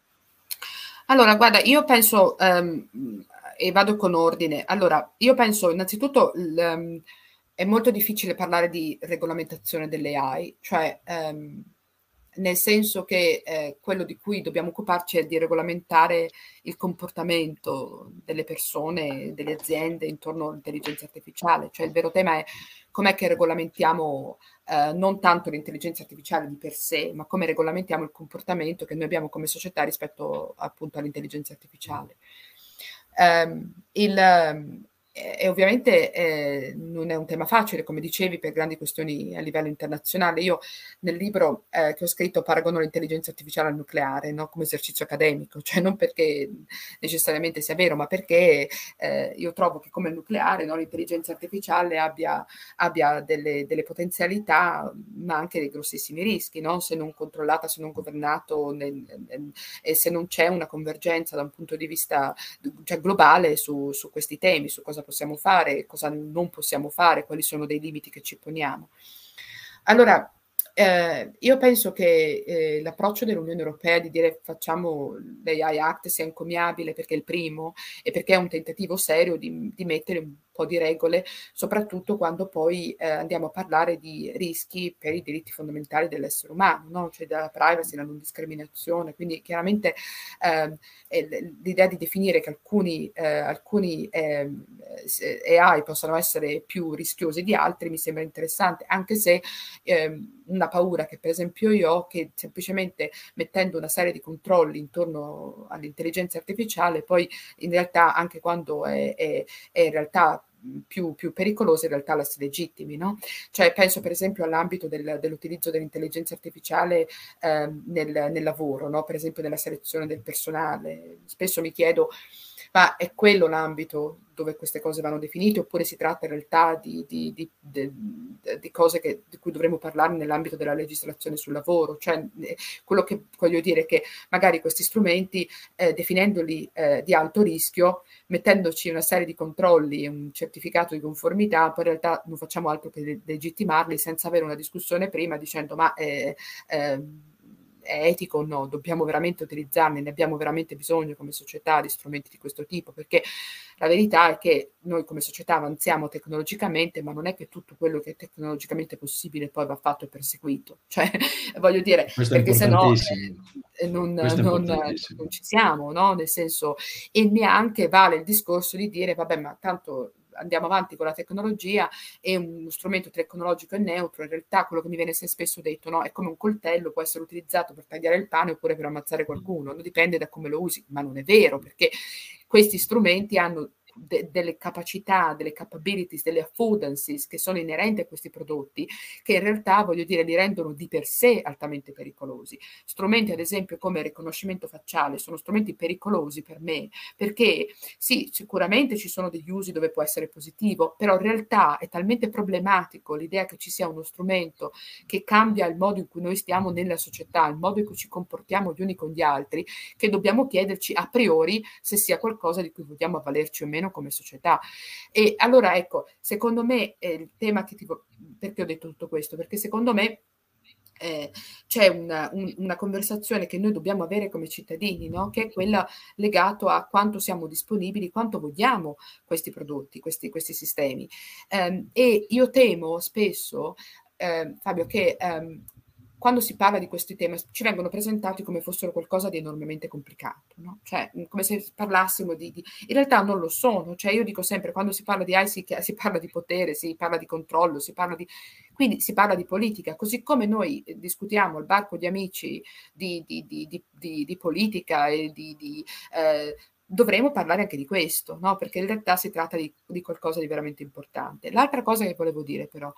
Allora, guarda, io penso, um, e vado con ordine, allora, io penso innanzitutto l, um, è molto difficile parlare di regolamentazione delle A I, cioè um, nel senso che eh, quello di cui dobbiamo occuparci è di regolamentare il comportamento delle persone, delle aziende intorno all'intelligenza artificiale, cioè il vero tema è com'è che regolamentiamo eh, non tanto l'intelligenza artificiale di per sé, ma come regolamentiamo il comportamento che noi abbiamo come società rispetto appunto all'intelligenza artificiale. Um, il, um, E ovviamente eh, non è un tema facile, come dicevi, per grandi questioni a livello internazionale. Io nel libro eh, che ho scritto paragono l'intelligenza artificiale al nucleare, no? Come esercizio accademico, cioè non perché necessariamente sia vero, ma perché eh, io trovo che come il nucleare, no, l'intelligenza artificiale abbia, abbia delle, delle potenzialità, ma anche dei grossissimi rischi, no? Se non controllata, se non governato, nel, nel, e se non c'è una convergenza da un punto di vista, cioè, globale su, su questi temi, su cosa possiamo fare, cosa non possiamo fare, quali sono dei limiti che ci poniamo. Allora, eh, io penso che eh, l'approccio dell'Unione Europea di dire facciamo l'A I Act sia encomiabile perché è il primo e perché è un tentativo serio di, di mettere un po' di regole, soprattutto quando poi eh, andiamo a parlare di rischi per i diritti fondamentali dell'essere umano, no? Cioè dalla privacy, la non discriminazione. Quindi chiaramente eh, l'idea di definire che alcuni, eh, alcuni eh, A I possano essere più rischiosi di altri mi sembra interessante, anche se eh, una paura che per esempio io ho, che semplicemente mettendo una serie di controlli intorno all'intelligenza artificiale, poi in realtà anche quando è, è, è in realtà più, più pericolose, in realtà la si legittimi, no? Cioè penso per esempio all'ambito del, dell'utilizzo dell'intelligenza artificiale eh, nel, nel lavoro, no? Per esempio nella selezione del personale. Spesso mi chiedo, ma è quello l'ambito dove queste cose vanno definite, oppure si tratta in realtà di, di, di, di, di cose che, di cui dovremmo parlare nell'ambito della legislazione sul lavoro? Cioè, eh, quello che voglio dire è che magari questi strumenti, eh, definendoli eh, di alto rischio, mettendoci una serie di controlli, un certificato di conformità, poi in realtà non facciamo altro che legittimarli senza avere una discussione prima dicendo ma eh, eh, è etico o no, dobbiamo veramente utilizzarne, ne abbiamo veramente bisogno come società di strumenti di questo tipo, perché la verità è che noi come società avanziamo tecnologicamente, ma non è che tutto quello che è tecnologicamente possibile poi va fatto e perseguito, cioè voglio dire, Questo perché se no eh, non, non, non ci siamo, no? Nel senso, e neanche vale il discorso di dire vabbè, ma tanto andiamo avanti con la tecnologia e uno strumento tecnologico è neutro. In realtà quello che mi viene spesso detto, no, è come un coltello, può essere utilizzato per tagliare il pane oppure per ammazzare qualcuno, dipende da come lo usi, ma non è vero, perché questi strumenti hanno de- delle capacità, delle capabilities, delle affordances che sono inerenti a questi prodotti, che in realtà, voglio dire, li rendono di per sé altamente pericolosi. Strumenti, ad esempio, come il riconoscimento facciale, sono strumenti pericolosi per me, perché sì, sicuramente ci sono degli usi dove può essere positivo, però in realtà è talmente problematico l'idea che ci sia uno strumento che cambia il modo in cui noi stiamo nella società, il modo in cui ci comportiamo gli uni con gli altri, che dobbiamo chiederci a priori se sia qualcosa di cui vogliamo avvalerci o meno come società. E allora ecco, secondo me eh, il tema che ti... perché ho detto tutto questo? Perché secondo me Eh, c'è una, un, una conversazione che noi dobbiamo avere come cittadini, no? Che è quella legato a quanto siamo disponibili, quanto vogliamo questi prodotti, questi, questi sistemi. Um, e io temo spesso, eh, Fabio, che um, quando si parla di questi temi ci vengono presentati come fossero qualcosa di enormemente complicato, no? Cioè come se parlassimo di, di... In realtà non lo sono, cioè io dico sempre, quando si parla di A I si, si parla di potere, si parla di controllo, si parla di... Quindi si parla di politica, così come noi discutiamo al bar con gli amici di, di, di, di, di, di politica e di... di eh, dovremo parlare anche di questo, no? Perché in realtà si tratta di, di qualcosa di veramente importante. L'altra cosa che volevo dire però,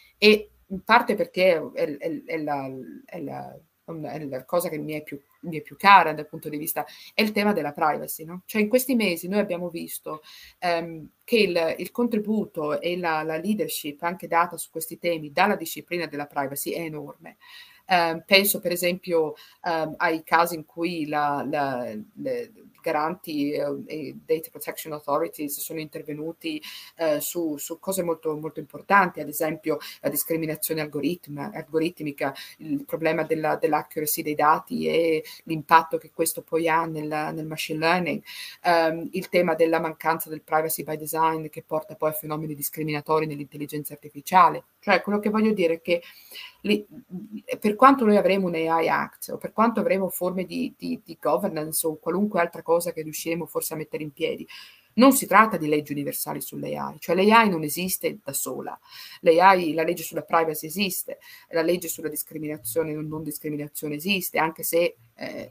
e in parte perché è, è, è, la, è, la, è la cosa che mi è, più, mi è più cara dal punto di vista, è il tema della privacy, no? Cioè in questi mesi noi abbiamo visto um, che il, il contributo e la, la leadership anche data su questi temi dalla disciplina della privacy è enorme. Um, penso per esempio um, ai casi in cui la, la, le garanti uh, e data protection authorities sono intervenuti uh, su, su cose molto, molto importanti, ad esempio la discriminazione algoritmica, il problema della, dell'accuracy dei dati e l'impatto che questo poi ha nel, nel machine learning, um, il tema della mancanza del privacy by design che porta poi a fenomeni discriminatori nell'intelligenza artificiale. Cioè quello che voglio dire è che li, per quanto noi avremo un A I Act o per quanto avremo forme di, di, di governance o qualunque altra cosa che riusciremo forse a mettere in piedi, non si tratta di leggi universali sull'A I, cioè l'A I non esiste da sola, l'A I, la legge sulla privacy esiste, la legge sulla discriminazione e non discriminazione esiste, anche se eh,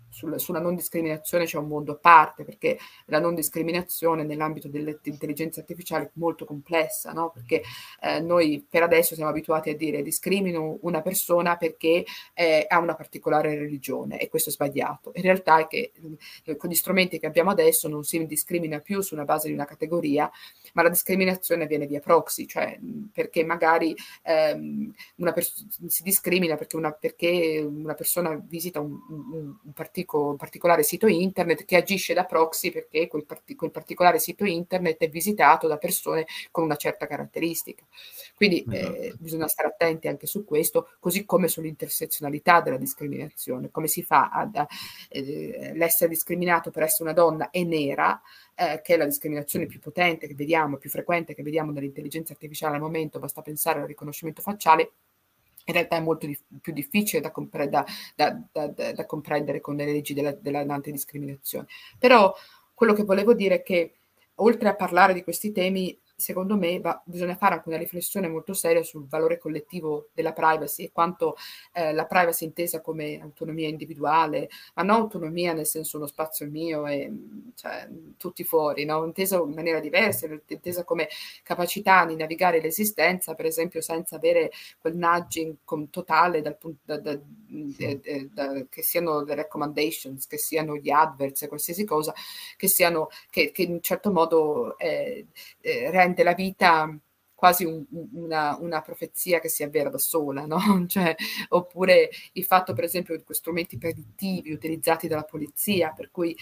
sul, sulla non discriminazione c'è un mondo a parte, perché la non discriminazione nell'ambito dell'intelligenza artificiale è molto complessa, no? Perché eh, noi per adesso siamo abituati a dire discrimino una persona perché eh, ha una particolare religione, e questo è sbagliato. In realtà è che eh, con gli strumenti che abbiamo adesso non si discrimina più su una base di una categoria, ma la discriminazione avviene via proxy, cioè perché magari ehm, una pers- si discrimina perché una, perché una persona visita un, un, un, partico, un particolare sito internet che agisce da proxy perché quel, part- quel particolare sito internet è visitato da persone con una certa caratteristica. Quindi eh, bisogna stare attenti anche su questo, così come sull'intersezionalità della discriminazione. Come si fa ad eh, l'essere discriminato per essere una donna e nera, eh, che è la discriminazione più potente che vediamo, più frequente che vediamo nell'intelligenza artificiale al momento, basta pensare al riconoscimento facciale. In realtà è molto dif- più difficile da, compre- da, da, da, da, da comprendere con le leggi della, della antidiscriminazione. Però quello che volevo dire è che, oltre a parlare di questi temi, secondo me va, bisogna fare anche una riflessione molto seria sul valore collettivo della privacy e quanto eh, la privacy intesa come autonomia individuale, ma non autonomia nel senso uno spazio mio e cioè, tutti fuori, no? Intesa in maniera diversa, intesa come capacità di navigare l'esistenza, per esempio senza avere quel nudging con, totale dal punto da, da, da, da, da, che siano le recommendations, che siano gli adverts, qualsiasi cosa, che siano che, che in un certo modo eh, eh, rende la vita quasi un, una, una profezia che si avvera da sola, no? Cioè, oppure il fatto, per esempio, di questi strumenti predittivi utilizzati dalla polizia, per cui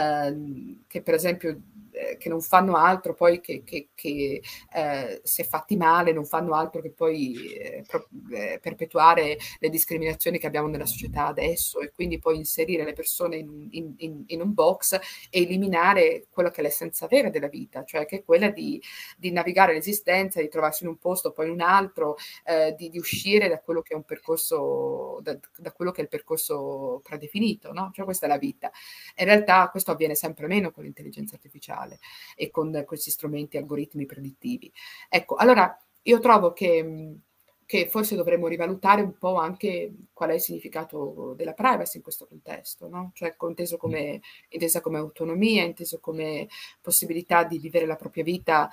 eh, che per esempio eh, che non fanno altro poi che, che, che eh, se fatti male non fanno altro che poi eh, pro, eh, perpetuare le discriminazioni che abbiamo nella società adesso, e quindi poi inserire le persone in, in, in, in un box e eliminare quello che è l'essenza vera della vita, cioè che è quella di, di navigare l'esistenza, di trovarsi in un posto poi in un altro, eh, di, di uscire da quello che è un percorso, da, da quello che è il percorso predefinito, no? Cioè questa è la vita. In realtà questo avviene sempre meno con l'intelligenza artificiale e con questi strumenti algoritmi predittivi. Ecco, allora io trovo che che forse dovremmo rivalutare un po' anche qual è il significato della privacy in questo contesto, no? Cioè inteso come, intesa come autonomia, inteso come possibilità di vivere la propria vita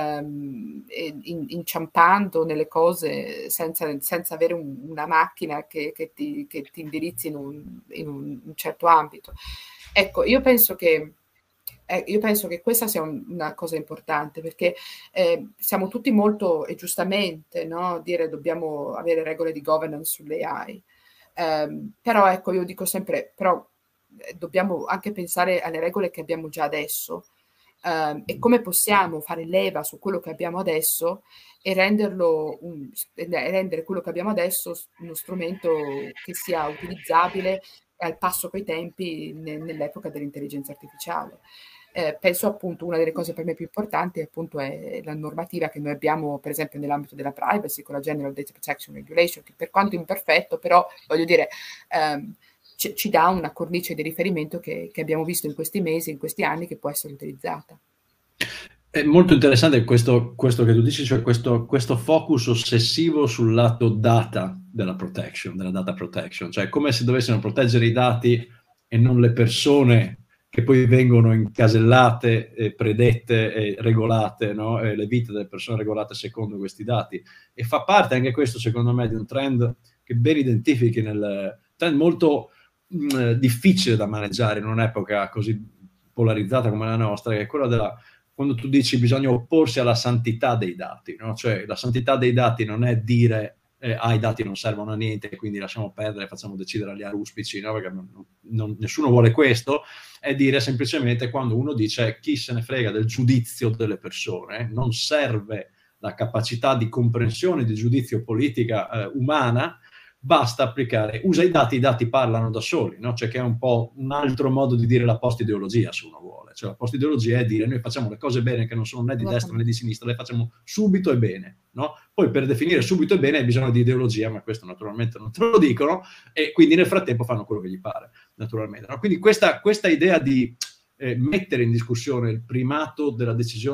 um, in, inciampando nelle cose senza, senza avere un, una macchina che, che, ti, che ti indirizzi in un, in un certo ambito. Ecco, io penso che Eh, io penso che questa sia un, una cosa importante, perché eh, siamo tutti molto, e giustamente, no, dire dobbiamo avere regole di governance sull'A I, eh, però ecco, io dico sempre, però eh, dobbiamo anche pensare alle regole che abbiamo già adesso eh, e come possiamo fare leva su quello che abbiamo adesso e renderlo un, rendere quello che abbiamo adesso uno strumento che sia utilizzabile e al passo coi tempi ne, nell'epoca dell'intelligenza artificiale. Eh, penso appunto una delle cose per me più importanti appunto è la normativa che noi abbiamo per esempio nell'ambito della privacy con la General Data Protection Regulation, che per quanto imperfetto però voglio dire ehm, ci, ci dà una cornice di riferimento che, che abbiamo visto in questi mesi, in questi anni, che può essere utilizzata. È molto interessante questo, questo che tu dici, cioè questo, questo focus ossessivo sul lato data della protection, della data protection, cioè come se dovessero proteggere i dati e non le persone che poi vengono incasellate, eh, predette e regolate, no? E le vite delle persone regolate secondo questi dati. E fa parte anche questo, secondo me, di un trend che ben identifichi nel trend molto mh, difficile da maneggiare in un'epoca così polarizzata come la nostra, che è quella della quando tu dici bisogna opporsi alla santità dei dati, no? Cioè la santità dei dati non è dire eh, ah, i dati non servono a niente, quindi lasciamo perdere, facciamo decidere agli aruspici, no? Perché non, non, nessuno vuole questo, è dire semplicemente quando uno dice chi se ne frega del giudizio delle persone, non serve la capacità di comprensione, di giudizio politica eh, umana, basta applicare, usa i dati, i dati parlano da soli, no? Cioè che è un po' un altro modo di dire la post-ideologia, se uno vuole. Cioè la post-ideologia è dire noi facciamo le cose bene che non sono né di destra né di sinistra, le facciamo subito e bene, no? Poi per definire subito e bene hai bisogno di ideologia, ma questo naturalmente non te lo dicono, e quindi nel frattempo fanno quello che gli pare, naturalmente. No? Quindi questa, questa idea di eh, mettere in discussione il primato della decisione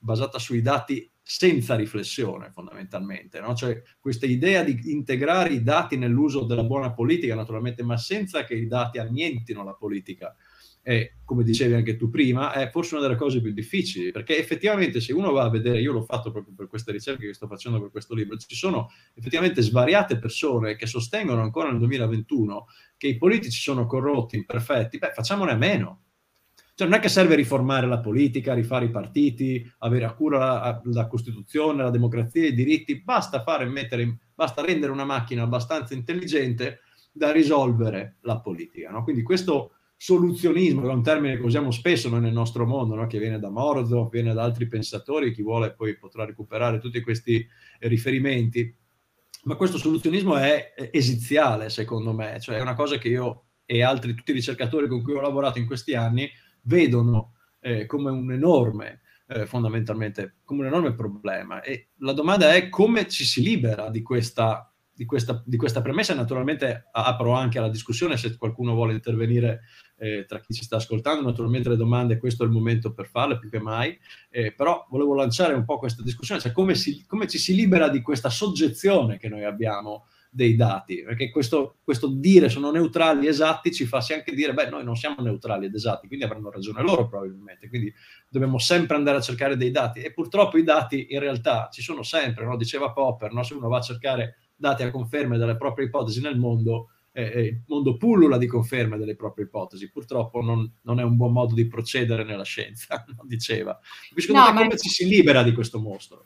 basata sui dati senza riflessione, fondamentalmente, no? Cioè questa idea di integrare i dati nell'uso della buona politica, naturalmente, ma senza che i dati annientino la politica. E, come dicevi anche tu prima, è forse una delle cose più difficili, perché effettivamente se uno va a vedere, io l'ho fatto proprio per queste ricerche che sto facendo per questo libro, ci sono effettivamente svariate persone che sostengono ancora nel duemilaventuno che i politici sono corrotti, imperfetti. Beh, facciamone a meno. Cioè non è che serve riformare la politica, rifare i partiti, avere a cura la, la Costituzione, la democrazia, i diritti, basta fare, mettere, basta rendere una macchina abbastanza intelligente da risolvere la politica, no? Quindi questo soluzionismo, che è un termine che usiamo spesso noi nel nostro mondo, no? Che viene da Morozov, viene da altri pensatori, chi vuole poi potrà recuperare tutti questi eh, riferimenti, ma questo soluzionismo è esiziale, secondo me, cioè è una cosa che io e altri, tutti i ricercatori con cui ho lavorato in questi anni, vedono eh, come un enorme, eh, fondamentalmente, come un enorme problema. E la domanda è come ci si libera di questa Di questa, di questa premessa. Naturalmente apro anche alla discussione se qualcuno vuole intervenire eh, tra chi ci sta ascoltando, naturalmente le domande, questo è il momento per farle più che mai, eh, però volevo lanciare un po' questa discussione, cioè come, si, come ci si libera di questa soggezione che noi abbiamo dei dati, perché questo, questo dire sono neutrali, esatti, ci fa sì anche dire, beh, noi non siamo neutrali ed esatti, quindi avranno ragione loro probabilmente, quindi dobbiamo sempre andare a cercare dei dati, e purtroppo i dati in realtà ci sono sempre, no? Diceva Popper, no? Se uno va a cercare dati a conferme delle proprie ipotesi nel mondo, eh, eh, il mondo pullula di conferme delle proprie ipotesi. Purtroppo non, non è un buon modo di procedere nella scienza, non diceva. Secondo No, te ma come ci si libera di questo mostro?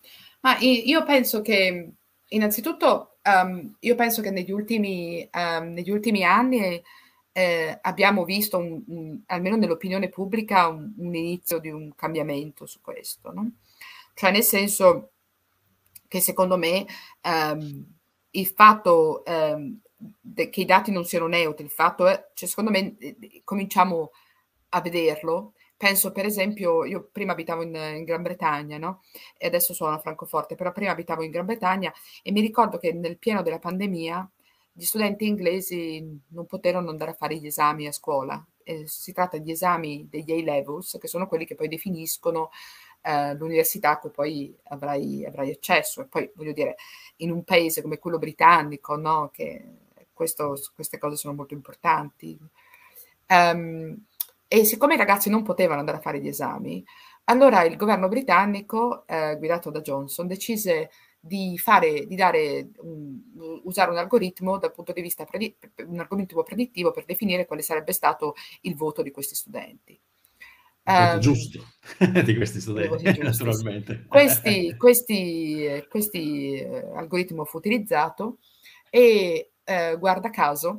Ma io penso che, innanzitutto, um, io penso che negli ultimi, um, negli ultimi anni eh, abbiamo visto, un, un, almeno nell'opinione pubblica, un, un inizio di un cambiamento su questo, no? Cioè nel senso che secondo me um, il fatto um, de- che i dati non siano neutri, il fatto è, cioè secondo me eh, cominciamo a vederlo. Penso per esempio, io prima abitavo in, in Gran Bretagna, no? E adesso sono a Francoforte, però prima abitavo in Gran Bretagna e mi ricordo che nel pieno della pandemia gli studenti inglesi non poterono andare a fare gli esami a scuola. Eh, si tratta di esami degli A-Levels, che sono quelli che poi definiscono eh, l'università a cui poi avrai, avrai accesso. E poi, voglio dire, in un paese come quello britannico, no? Che questo, queste cose sono molto importanti. Um, E siccome i ragazzi non potevano andare a fare gli esami, allora il governo britannico, eh, guidato da Johnson, decise di fare, di dare, un, usare un algoritmo dal punto di vista predi- un algoritmo predittivo per definire quale sarebbe stato il voto di questi studenti. Il voto Um, giusto di questi studenti, giusti, naturalmente. Sì. Questi, questi, questi eh, algoritmo fu utilizzato e eh, guarda caso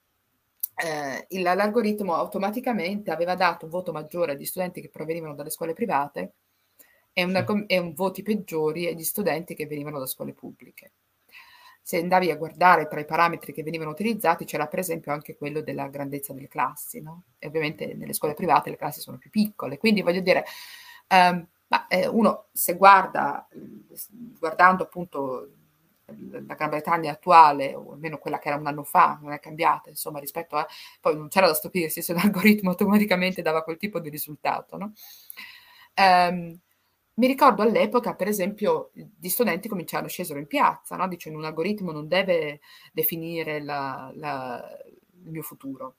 eh, il, l'algoritmo automaticamente aveva dato un voto maggiore agli studenti che provenivano dalle scuole private e, una, Sì. e un voti peggiori agli studenti che venivano da scuole pubbliche. Se andavi a guardare tra i parametri che venivano utilizzati c'era per esempio anche quello della grandezza delle classi, no? E ovviamente nelle scuole private le classi sono più piccole, quindi voglio dire, ehm, ma, eh, uno se guarda, guardando appunto la Gran Bretagna attuale, o almeno quella che era un anno fa, non è cambiata, insomma, rispetto a... Poi non c'era da stupirsi se l'algoritmo automaticamente dava quel tipo di risultato, no? Um, mi ricordo all'epoca, per esempio, gli studenti cominciarono, scesero in piazza, no? Dicendo un algoritmo non deve definire la, la, il mio futuro.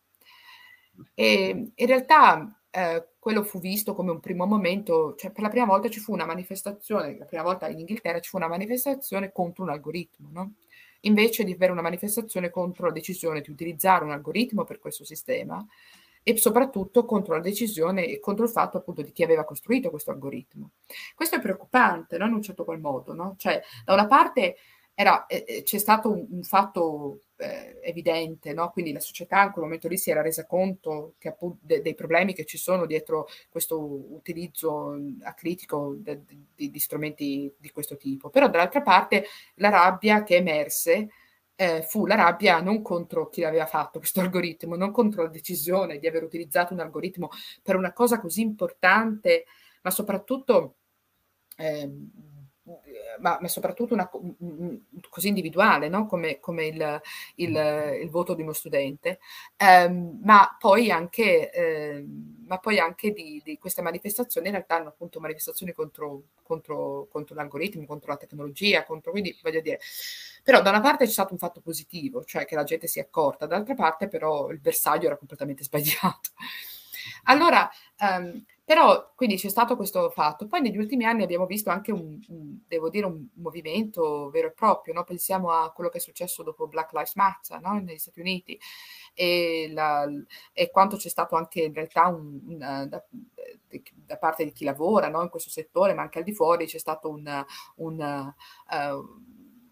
E in realtà eh, quello fu visto come un primo momento, cioè per la prima volta ci fu una manifestazione, la prima volta in Inghilterra ci fu una manifestazione contro un algoritmo, no? Invece di avere una manifestazione contro la decisione di utilizzare un algoritmo per questo sistema e soprattutto contro la decisione e contro il fatto appunto di chi aveva costruito questo algoritmo. Questo è preoccupante, no? In un certo qual modo, no? Cioè da una parte era, eh, c'è stato un, un fatto eh, evidente, no? Quindi la società in quel momento lì si era resa conto che, appunto, de, dei problemi che ci sono dietro questo utilizzo acritico de, de, di, di strumenti di questo tipo. Però dall'altra parte la rabbia che emerse eh, fu la rabbia non contro chi aveva fatto questo algoritmo, non contro la decisione di aver utilizzato un algoritmo per una cosa così importante, ma soprattutto eh, ma, ma soprattutto una, così individuale, no? come, come il, il, il voto di uno studente, um, ma poi anche, eh, ma poi anche di, di queste manifestazioni in realtà hanno appunto manifestazioni contro, contro, contro l'algoritmo, contro la tecnologia, contro, quindi voglio dire, però da una parte c'è stato un fatto positivo, cioè che la gente si è accorta, dall'altra parte però il bersaglio era completamente sbagliato. Allora, um, però, quindi c'è stato questo fatto. Poi negli ultimi anni abbiamo visto anche un, un devo dire, un movimento vero e proprio, no? Pensiamo a quello che è successo dopo Black Lives Matter, no? Negli Stati Uniti, e, la, e quanto c'è stato anche in realtà un, un, da, da parte di chi lavora, no? In questo settore, ma anche al di fuori, c'è stato un... un uh,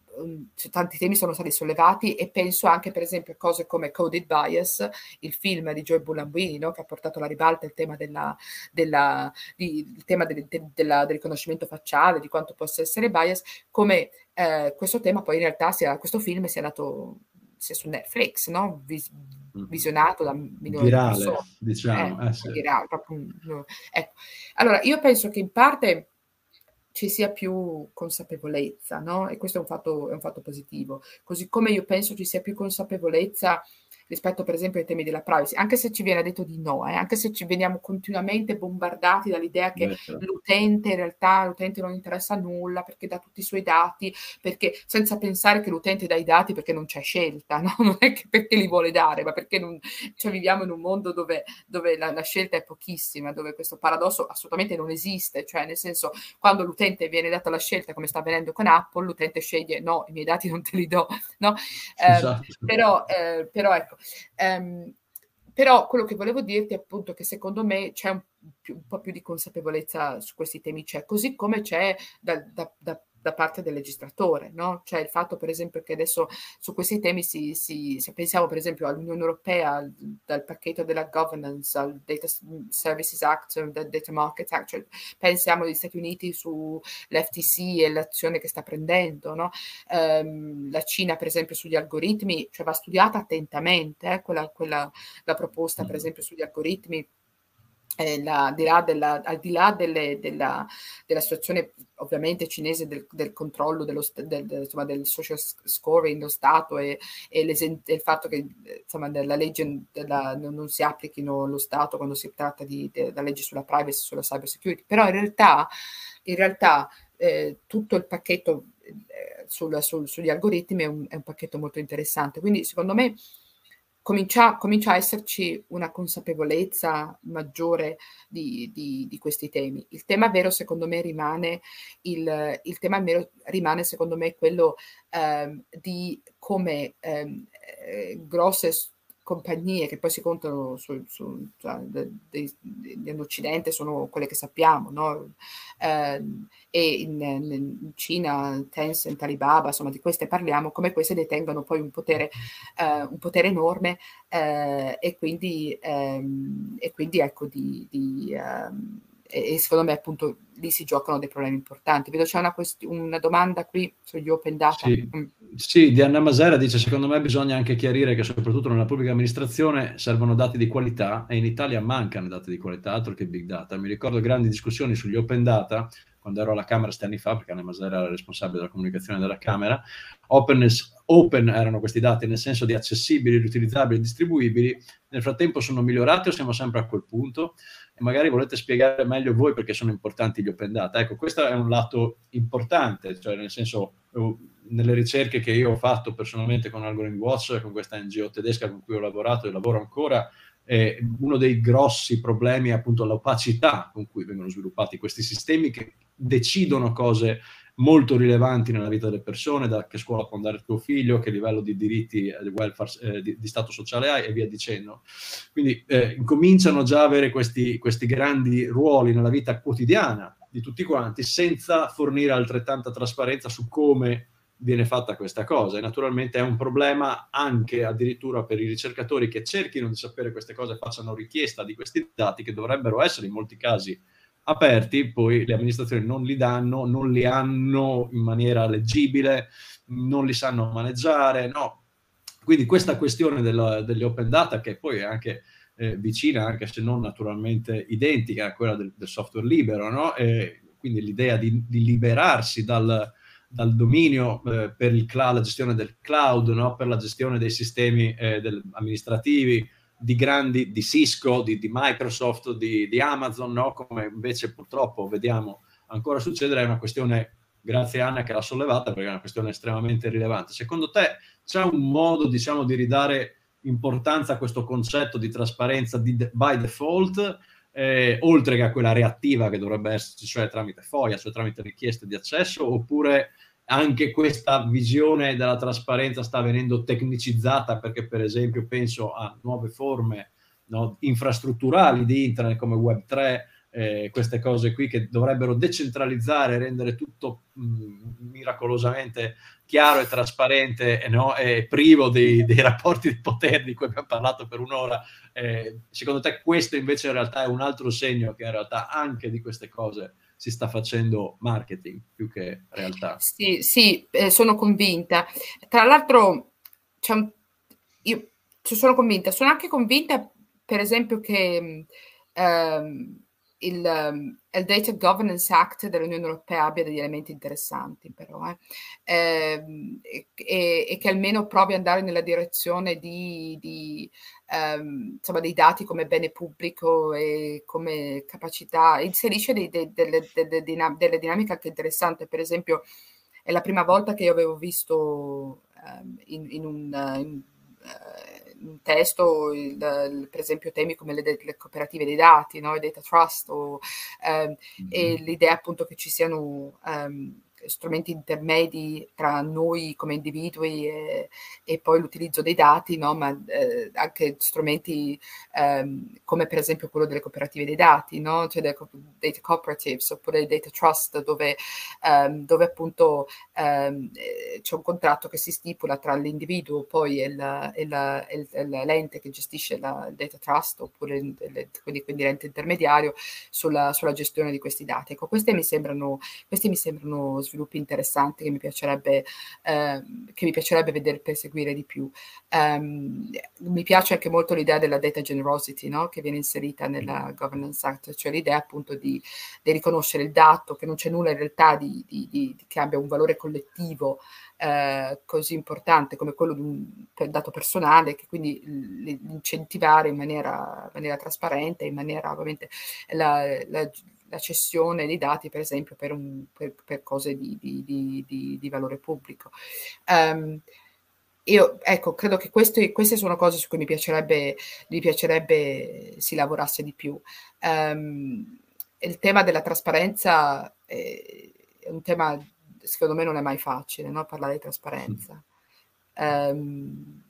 tanti temi sono stati sollevati, e penso anche per esempio a cose come Coded Bias, il film di Joy Bulamwini, no? Che ha portato alla ribalta il tema, della, della, di, il tema del, de, della, del riconoscimento facciale, di quanto possa essere bias, come eh, questo tema poi in realtà sia, questo film sia andato sia su Netflix, no? Vis, visionato da milioni virale, di persone, diciamo. eh, eh, sì. virale, proprio, no. Ecco. Allora io penso che in parte ci sia più consapevolezza, no? E questo è un fatto, è un fatto positivo. Così come io penso ci sia più consapevolezza rispetto per esempio ai temi della privacy, anche se ci viene detto di no, eh? Anche se ci veniamo continuamente bombardati dall'idea che Beh, l'utente in realtà l'utente non interessa nulla perché dà tutti i suoi dati, perché senza pensare che l'utente dà i dati perché non c'è scelta, no? Non è che perché li vuole dare, ma perché non, cioè viviamo in un mondo dove, dove la, la scelta è pochissima, dove questo paradosso assolutamente non esiste, cioè nel senso quando l'utente viene data la scelta come sta avvenendo con Apple, l'utente sceglie no, i miei dati non te li do, no? Eh, esatto. però, eh, però ecco, Um, però quello che volevo dirti è appunto che secondo me c'è un, più, un po' più di consapevolezza su questi temi, c'è, così come c'è da, da, da, da parte del legistratore, no? Cioè il fatto per esempio che adesso su questi temi si, si, se pensiamo per esempio all'Unione Europea, al, dal pacchetto della governance, al Data Services Act, al Data Market Act, cioè pensiamo agli Stati Uniti sull'F T C e l'azione che sta prendendo, no? Um, la Cina per esempio sugli algoritmi, cioè va studiata attentamente, eh, quella, quella, la proposta per esempio sugli algoritmi, eh, la, al di là, della, al di là delle, della, della situazione ovviamente cinese del, del controllo dello, del, del, insomma, del social scoring dello Stato e, e, e il fatto che insomma, la legge della, non, non si applichino lo Stato quando si tratta di, della legge sulla privacy, sulla cyber security, però in realtà, in realtà eh, tutto il pacchetto eh, sul, sul, sugli algoritmi è un, è un pacchetto molto interessante, quindi secondo me Comincia, comincia a esserci una consapevolezza maggiore di, di, di questi temi. Il tema vero, secondo me, rimane il, il tema vero rimane, secondo me, quello ehm, di come ehm, eh, grosse compagnie che poi si contano su, su, cioè, nell'Occidente sono quelle che sappiamo, no? Eh, e in, in Cina, Tencent, Alibaba, insomma di queste parliamo, come queste detengono poi un potere, eh, un potere enorme eh, e quindi, ehm, e quindi ecco di, di ehm, e secondo me appunto lì si giocano dei problemi importanti. Vedo c'è una, quest- una domanda qui sugli open data. Sì, Mm. sì, Diana Masera dice secondo me bisogna anche chiarire che soprattutto nella pubblica amministrazione servono dati di qualità e in Italia mancano dati di qualità, altro che big data. Mi ricordo grandi discussioni sugli open data quando ero alla Camera sti anni fa, perché Anna Masera era responsabile della comunicazione della Camera. Openness, open erano questi dati nel senso di accessibili, riutilizzabili, distribuibili. Nel frattempo sono migliorati o siamo sempre a quel punto? E magari volete spiegare meglio voi perché sono importanti gli open data. Ecco, questo è un lato importante, cioè nel senso, nelle ricerche che io ho fatto personalmente con Algorithm Watch, con questa N G O tedesca con cui ho lavorato e lavoro ancora, eh, uno dei grossi problemi è appunto l'opacità con cui vengono sviluppati questi sistemi che decidono cose molto rilevanti nella vita delle persone, da che scuola può andare tuo figlio, che livello di diritti, eh, welfare, eh, di, di stato sociale hai e via dicendo. Quindi eh, cominciano già a avere questi, questi grandi ruoli nella vita quotidiana di tutti quanti, senza fornire altrettanta trasparenza su come viene fatta questa cosa. E naturalmente è un problema anche addirittura per i ricercatori che cerchino di sapere queste cose, facciano richiesta di questi dati che dovrebbero essere in molti casi aperti, poi le amministrazioni non li danno, non li hanno in maniera leggibile, non li sanno maneggiare, no. Quindi questa questione della, degli open data, che poi è anche eh, vicina, anche se non naturalmente identica a quella del, del software libero, no? E quindi l'idea di, di liberarsi dal, dal dominio eh, per il cloud, la gestione del cloud, no? Per la gestione dei sistemi eh, del, amministrativi di grandi, di Cisco, di, di Microsoft, di, di Amazon, no? Come invece purtroppo vediamo ancora succedere. È una questione, grazie Anna che l'ha sollevata, perché è una questione estremamente rilevante. Secondo te c'è un modo, diciamo, di ridare importanza a questo concetto di trasparenza di, by default, eh, oltre che a quella reattiva che dovrebbe esserci, cioè tramite F O I A, cioè tramite richieste di accesso, oppure anche questa visione della trasparenza sta venendo tecnicizzata, perché per esempio penso a nuove forme, no, infrastrutturali di internet come Web tre, eh, queste cose qui che dovrebbero decentralizzare, rendere tutto mh, miracolosamente chiaro e trasparente, no? E privo dei, dei rapporti di potere di cui abbiamo parlato per un'ora. Eh, secondo te questo invece in realtà è un altro segno che in realtà anche di queste cose si sta facendo marketing più che realtà? Sì, sì, eh, sono convinta. Tra l'altro, c'è un, io ci sono convinta, sono anche convinta, per esempio, che ehm, il, um, il Data Governance Act dell'Unione Europea abbia degli elementi interessanti, però, eh, ehm, e, e, e che almeno provi ad andare nella direzione di, di Um, insomma, dei dati come bene pubblico e come capacità, inserisce dei, dei, delle, delle, dinam- delle dinamiche anche interessanti. Per esempio, è la prima volta che io avevo visto um, in, in, un, in, uh, un testo il, il, per esempio temi come le, le cooperative dei dati, no? I data trust, o, um, mm-hmm. e l'idea appunto che ci siano um, strumenti intermedi tra noi come individui e, e poi l'utilizzo dei dati, no? Ma eh, anche strumenti ehm, come per esempio quello delle cooperative dei dati, no? Cioè delle data cooperatives oppure il data trust, dove, ehm, dove appunto ehm, c'è un contratto che si stipula tra l'individuo poi e, il, e, la, e l'ente che gestisce la, il data trust, oppure il, quindi, quindi l'ente intermediario sulla, sulla gestione di questi dati. Ecco, queste mi sembrano, questi mi sembrano sviluppi interessanti che mi piacerebbe, eh, che mi piacerebbe vedere perseguire di più. Um, mi piace anche molto l'idea della data generosity, no? Che viene inserita nella Governance Act, cioè l'idea appunto di, di riconoscere il dato, che non c'è nulla in realtà di, di, di, che abbia un valore collettivo eh, così importante come quello di un dato personale, che quindi l'incentivare in maniera, in maniera trasparente, in maniera ovviamente la, la la cessione dei dati, per esempio, per, un, per, per cose di, di, di, di, di valore pubblico. Um, io, ecco, credo che queste, queste sono cose su cui mi piacerebbe, mi piacerebbe si lavorasse di più. Um, il tema della trasparenza è, è un tema, secondo me, non è mai facile, no? Parlare di trasparenza. Um,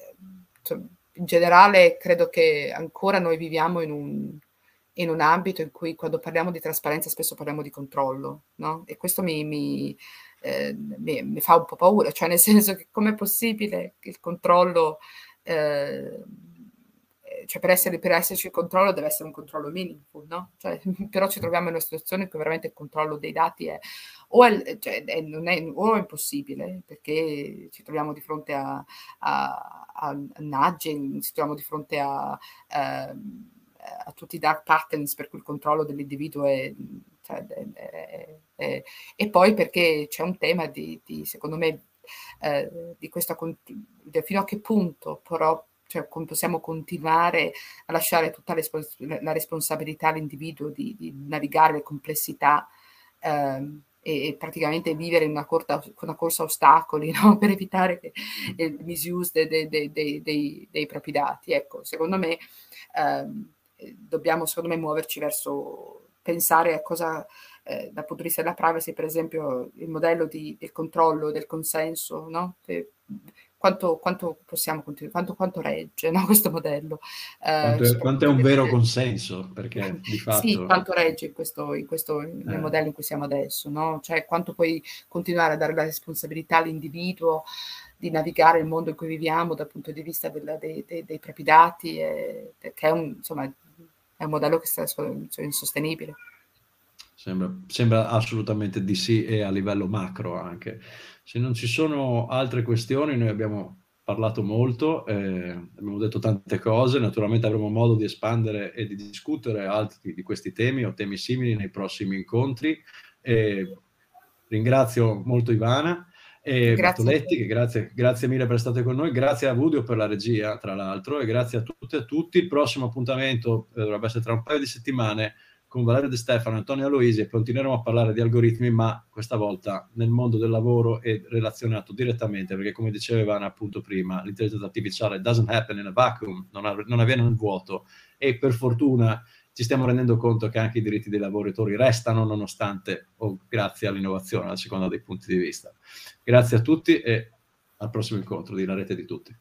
in generale, credo che ancora noi viviamo in un in un ambito in cui quando parliamo di trasparenza spesso parliamo di controllo, no? E questo mi, mi, eh, mi, mi fa un po' paura, cioè nel senso che com'è possibile che il controllo, eh, cioè per, essere, per esserci il controllo deve essere un controllo meaningful, no? Cioè, però ci troviamo in una situazione in cui veramente il controllo dei dati è o è, cioè, è, non è, o è impossibile, perché ci troviamo di fronte a, a, a nudging, ci troviamo di fronte a... a a tutti i dark patterns per cui il controllo dell'individuo è, cioè, è, è, è, e poi perché c'è un tema di, di secondo me eh, di questa fino a che punto però cioè, possiamo continuare a lasciare tutta la responsabilità all'individuo di, di navigare le complessità eh, e, e praticamente vivere in una, corta, una corsa a ostacoli, no? Per evitare che, il misuse dei, dei, dei, dei, dei propri dati. Ecco, secondo me ehm, dobbiamo secondo me muoverci verso pensare a cosa eh, dal punto di vista della privacy, per esempio il modello di, del controllo, del consenso, no? Che, quanto, quanto possiamo continuare, quanto, quanto regge, no? Questo modello quanto, eh, è, quanto è un vero consenso, perché di fatto sì, quanto regge in questo, in questo nel eh. modello in cui siamo adesso, no? Cioè quanto puoi continuare a dare la responsabilità all'individuo di navigare il mondo in cui viviamo dal punto di vista della, dei, dei, dei propri dati, e, che è un, insomma, è un modello che è insostenibile. Sembra, sembra assolutamente di sì, e a livello macro anche. Se non ci sono altre questioni, noi abbiamo parlato molto, eh, abbiamo detto tante cose, naturalmente avremo modo di espandere e di discutere altri di questi temi o temi simili nei prossimi incontri. E ringrazio molto Ivana e Grazie Bartoletti, che grazie, grazie mille per essere con noi, grazie a Vudio per la regia, tra l'altro, e grazie a tutte e a tutti. Il prossimo appuntamento eh, dovrebbe essere tra un paio di settimane con Valerio De Stefano e Antonio Aloisi, e continueremo a parlare di algoritmi, ma questa volta nel mondo del lavoro e relazionato direttamente, perché come diceva Ivana appunto prima, l'intelligenza artificiale doesn't happen in a vacuum, non, av- non avviene nel vuoto, e per fortuna ci stiamo rendendo conto che anche i diritti dei lavoratori restano, nonostante o grazie all'innovazione, a seconda dei punti di vista. Grazie a tutti e al prossimo incontro di La Rete di Tutti.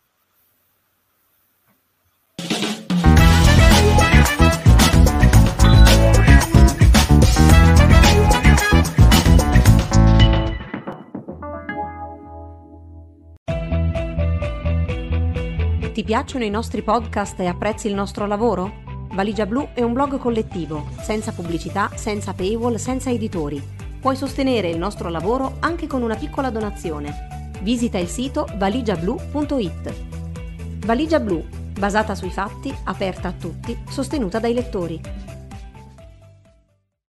Ti piacciono i nostri podcast e apprezzi il nostro lavoro? Valigia Blu è un blog collettivo, senza pubblicità, senza paywall, senza editori. Puoi sostenere il nostro lavoro anche con una piccola donazione. Visita il sito valigia blu punto it. Valigia Blu, basata sui fatti, aperta a tutti, sostenuta dai lettori.